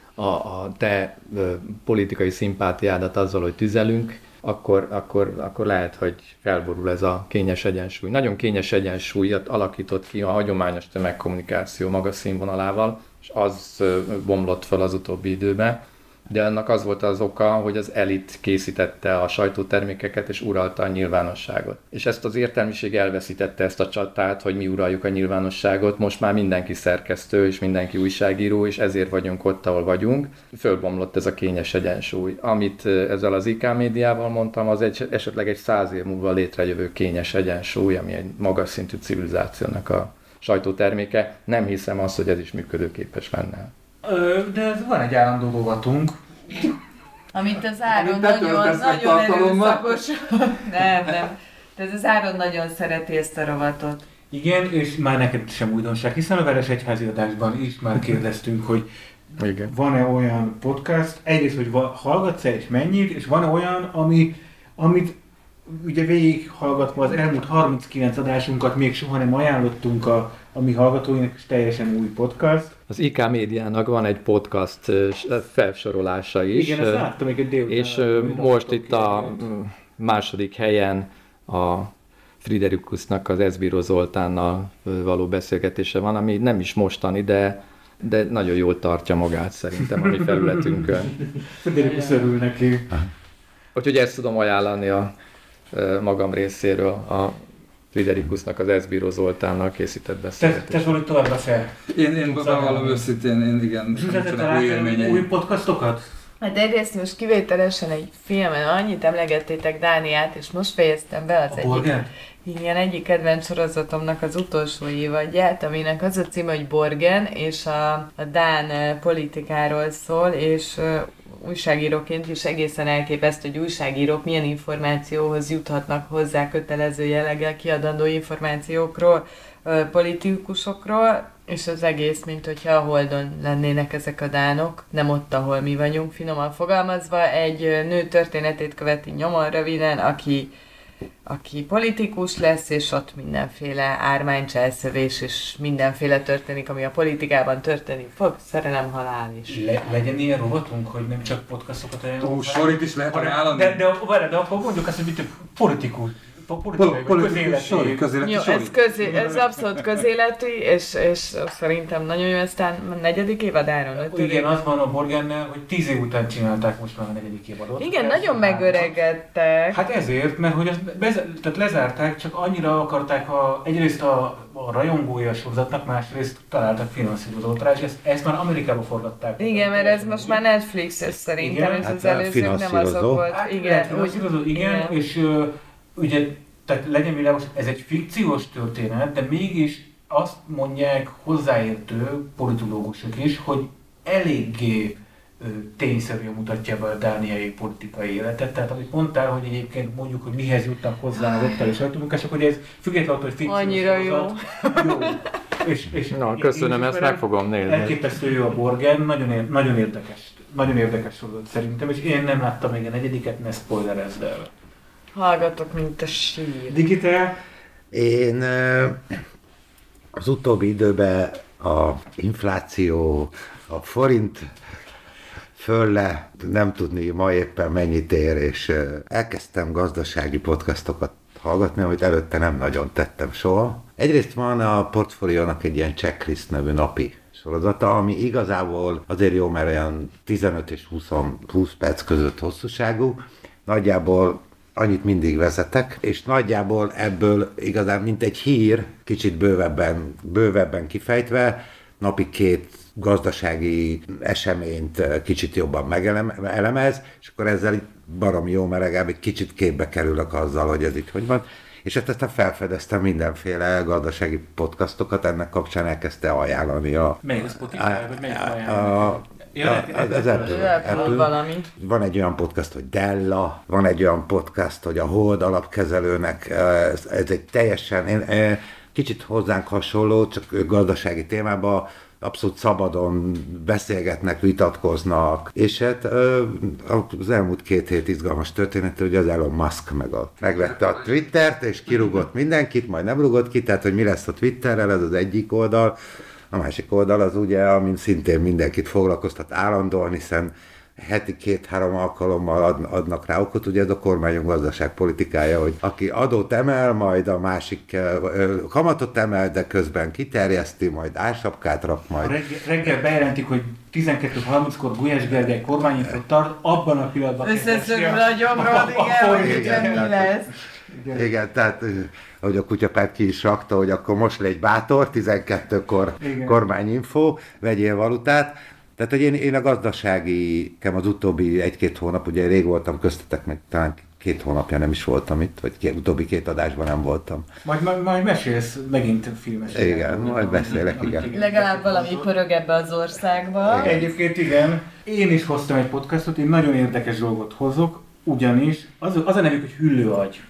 te politikai szimpátiádat azzal, hogy tüzelünk, akkor lehet, hogy felborul ez a kényes egyensúly. Nagyon kényes egyensúlyat alakított ki a hagyományos tömegkommunikáció magas színvonalával, és az bomlott fel az utóbbi időben. De annak az volt az oka, hogy az elit készítette a sajtótermékeket és uralta a nyilvánosságot. És ezt az értelmiség elveszítette ezt a csatát, hogy mi uraljuk a nyilvánosságot. Most már mindenki szerkesztő és mindenki újságíró, és ezért vagyunk ott, ahol vagyunk. Fölbomlott ez a kényes egyensúly. Amit ezzel az IK médiával mondtam, az esetleg egy 100 év múlva létrejövő kényes egyensúly, ami egy magas szintű civilizációnak a sajtóterméke. Nem hiszem azt, hogy ez is működőképes lenne. De van egy állandó rovatunk. Amit az Áron nagyon erőszakos. Nem. De az Áron nagyon szereti ezt a rovatot. Igen, és már neked sem újdonság, hiszen a Veresegyházi adásban is már kérdeztünk, hogy igen. Van-e olyan podcast, egyrészt, hogy hallgatsz-e és mennyit, és van-e olyan, amit ugye végighallgatva az elmúlt 39 adásunkat még soha nem ajánlottunk a mi hallgatóinak, és teljesen új podcast. Az IK Médiának van egy podcast felsorolása is. Igen, ezt láttam egy délután. És most itt a második helyen a Friderikusnak az Eszbíró Zoltánnal való beszélgetése van, ami nem is mostani, de nagyon jól tartja magát szerintem a mi felületünkön. Friderikus örül neki. Úgyhogy ezt tudom ajánlani a magam részéről a Friderikusnak, az Eszbíró Zoltánnal készített beszélgetés. Te Zoli továbbra fel. Én bevallom őszintén, én igen. Új élményeim. Új podcastokat? Hát egyrészt most kivételesen egy filmen annyit emlegettétek Dániát, és most fejeztem be az egyik kedvenc sorozatomnak az utolsó évadját, aminek az a címe, hogy Borgen, és a dán politikáról szól, és újságíróként is egészen elképesztő, hogy újságírók milyen információhoz juthatnak hozzá kötelező jelleggel kiadandó információkról, politikusokról, és az egész, mint hogyha a Holdon lennének ezek a dánok, nem ott, ahol mi vagyunk, finoman fogalmazva. Egy nő történetét követi nyomon röviden, aki politikus lesz, és ott mindenféle ármánycselszövés, és mindenféle történik, ami a politikában történni fog, szerelem, halál is. Legyen ilyen rovatunk, hogy nem csak podcastokat ajánlunk. Sorit is lehet ajánlani. De akkor mondjuk azt, hogy mit politikus. Közéleti. Jó, ez abszolút közéleti, és szerintem nagyon jó, aztán a 4. évad Áron. Igen, az van a Borgennel, hogy 10 év után csinálták most már a 4. évadot. Igen, nagyon megöregedtek. Hát ezért, mert hogy tehát lezárták, csak annyira akarták egyrészt a rajongója a sorozatnak, másrészt találtak finanszírozót rá, és ezt már Amerikába forgatták. Igen, mert ez most már Netflix-es szerintem, és az előzők nem azok volt. Igen, és ugye, tehát legyen világos, ez egy fikciós történet, de mégis azt mondják hozzáértő politológusok is, hogy eléggé tényszerűen mutatja be a dániai politikai életet. Tehát amit mondtál, hogy egyébként mondjuk, hogy mihez jutnak hozzá az ottani sajtómunkások, hogy ez függetlenül, hogy fikciós annyira jó. Na, köszönöm, ezt meg fogom nézni. Elképesztő jó a Borgen, nagyon érdekes sorozat szerintem, és én nem láttam még a 4, ne spoilerezd el. Hallgatok, mint a sír. Digitál? Én az utóbbi időben a infláció, a forint fölle, nem tudni ma éppen mennyit ér, és elkezdtem gazdasági podcastokat hallgatni, amit előtte nem nagyon tettem soha. Egyrészt van a Portfóliónak egy ilyen checklist nevű napi sorozata, ami igazából azért jó, mert olyan 15 és 20 perc között hosszúságú. Nagyjából annyit mindig vezetek, és nagyjából ebből igazán mint egy hír, kicsit bővebben kifejtve, napi 2 gazdasági eseményt kicsit jobban megelemez, és akkor ezzel baromi jó, mert legalább egy kicsit képbe kerülök azzal, hogy ez itt hogy van. És aztán felfedeztem mindenféle gazdasági podcastokat, ennek kapcsán elkezdte ajánlani Melyik a Spotify, vagy melyik ajánlani? Az Apple valami. Van egy olyan podcast, hogy Della, van egy olyan podcast, hogy a Hold alapkezelőnek, ez egy teljesen, kicsit hozzánk hasonló, csak gazdasági témában abszolút szabadon beszélgetnek, vitatkoznak, és hát az elmúlt 2 hét izgalmas történet, hogy az Elon Musk megvette a Twittert, és kirúgott mindenkit, majd nem rúgott ki, tehát hogy mi lesz a Twitterrel, ez az egyik oldal. A másik oldal az ugye, amin szintén mindenkit foglalkoztat állandóan, hiszen heti 2-3 alkalommal adnak rá okot, ugye ez a kormányunk gazdaságpolitikája, hogy aki adót emel, majd a másik kamatot emel, de közben kiterjeszti, majd ársapkát rak, majd... Reggel bejelentik, hogy 12:30-kor Gulyás Gergely kormányinfót tart, abban a pillanatban... Összeszögül a gyomrod, igen, mi lesz. Igen, tehát ahogy a kutyapárt ki is rakta, hogy akkor most légy bátor, 12-kor kormányinfó, vegyél valutát. Tehát, hogy én a gazdasági, az utóbbi 1-2 hónap, ugye rég voltam köztetek, meg talán 2 hónapja nem is voltam itt, vagy utóbbi 2 adásban nem voltam. Majd mesélsz megint filmes. Igen, majd beszélek, igen. Legalább valami pörög ebbe az országba. Igen. Egyébként igen, én is hoztam egy podcastot, én nagyon érdekes dolgot hozok, ugyanis az a nevük, hogy Hüllőagy.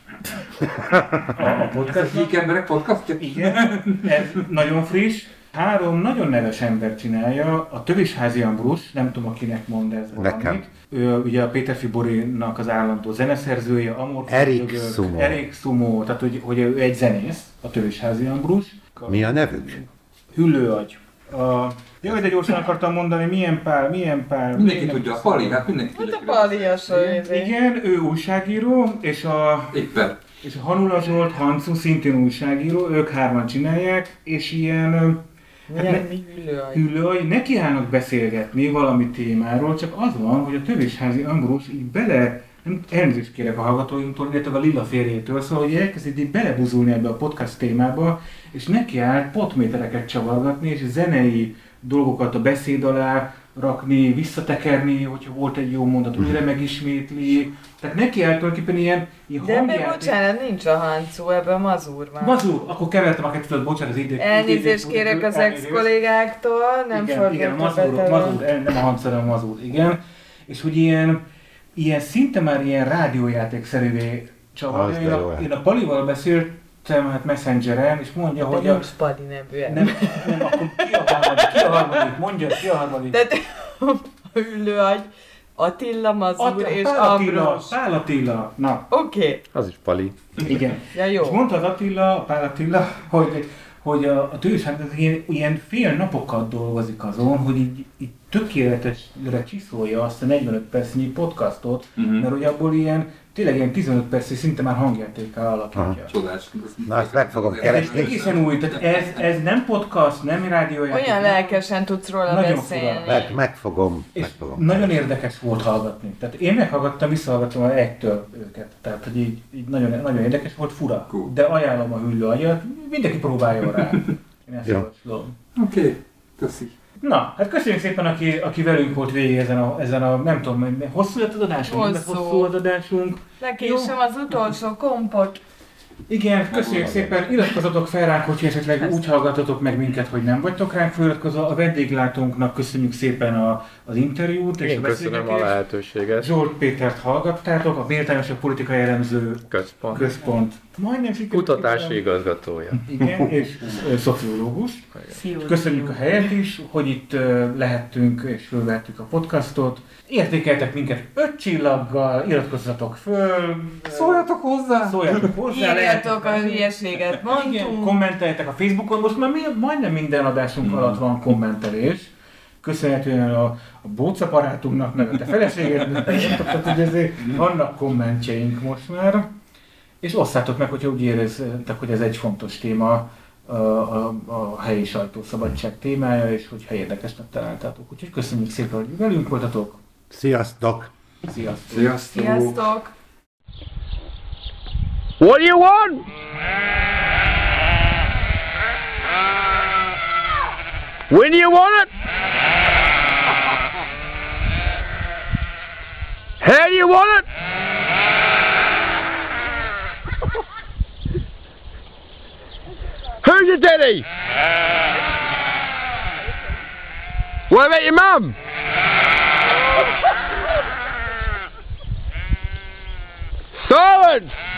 A podcast. Geek emberek podcastja? Igen, ez nagyon friss. 3 nagyon neves ember csinálja, a Tövisházi Ambrus, nem tudom, akinek mond ez valamit. Nekem. Ő ugye a Péter Fiborinak az állandó zeneszerzője, Erik Sumo, tehát hogy ő egy zenész, a Tövisházi Ambrus. Mi a nevük? Hüllőagy. Jaj, de gyorsan akartam mondani, milyen pál. Mindenki tudja, a Pali, hát mindenki tudja. Hát a Palias. Igen, ő újságíró, és a Hanula Zsolt, Hancu szintén újságíró, ők 3-an csinálják, és ilyen Hüllőagy, nekiállnak beszélgetni valami témáról, csak az van, hogy a Tövisházi Ambrus így elnézést kérek a hallgatóinktól, illetve a Lilla férjétől, szóval hogy elkezd így belebuzulni ebbe a podcast témába, és nekiáll potmétereket csavargatni, és zenei dolgokat a beszéd alá rakni, visszatekerni, hogyha volt egy jó mondat, újra megismétli. Tehát neki állt tulajdonképpen ilyen de ebben bocsánat, nincs a Hancu, ebben Mazur van. Mazur, akkor kevertem a kettőt, bocsánat, az idő. Elnézést kérek az ex-kollégáktól, nem fordult igen, Mazur, nem a Hancu, hanem a Mazur, igen. És hogy ilyen szinte már ilyen rádiójátékszerűvé csavarja. Én a Palival beszéltem, hát Messengeren, és mondja, de hogy nincs Pali nevűen. Nem, akkor ki a harmadik? Mondja, ki a harmadik? De Hüllőagy, Attila, Mazur és Ambrus. Pál Attila. Na. Oké. Az is Pali. Igen. Ja, jó. És mondta az Attila, Pál Attila, hogy a Tövisházi ilyen fél napokat dolgozik azon, hogy így tökéletesre csiszolja azt a 45 percnyi podcastot, mert hogy abból tényleg ilyen 15 percig szinte már hangjátékká alakítja. Csodás. Na, ezt meg fogom keresni. Ez egészen új, tehát ez nem podcast, nem rádiójáték. Olyan lelkesen tudsz róla nagyon beszélni. Megfogom. Nagyon érdekes volt hallgatni. Tehát én meghallgattam, visszahallgattam egytől őket. Tehát, hogy így nagyon, nagyon érdekes volt, fura. Cool. De ajánlom a Hüllőagyat, mindenki próbáljon rá. Én ezt javaslom. Oké, köszi. Na, hát köszönjük szépen, aki velünk volt végig ezen a nem tudom, hosszú lett az adásunk? Hosszú az adásunk. Lekésem az utolsó kompot. Igen, köszönjük szépen, iratkozzatok fel ránk, hogyha esetleg úgy hallgatotok meg minket, hogy nem vagytok ránk feliratkozva. A vendéglátónknak köszönjük szépen az interjút és én a beszélgetést. köszönöm a lehetőséget. Zsolt Pétert hallgattátok, a Méltányosabb Politikai Elemző Központ. Majdnem kutatási igazgatója. Igen, és szociológus. Köszönjük a helyet is, hogy itt lehettünk és fölvettük a podcastot. Értékeltek minket 5 csillaggal, iratkozzatok föl. Szóljatok hozzá! Írjatok a hülyeséget, mondtunk. Igen, kommenteljetek a Facebookon, most már majdnem minden adásunk alatt van kommentelés. Köszönhetően a bócaparátunknak, meg a te feleségednek, hogy ezért vannak kommentjeink most már. És osszátok meg, hogyha úgy éreztek, hogy ez egy fontos téma, a helyi sajtószabadság témája, és hogyha érdekesnek találtátok. Úgyhogy köszönjük szépen, hogy velünk voltatok. Sziasztok! Sziasztok! What do you want? When do you want it? How do you want it? Who's your daddy? What about your mum? Silence!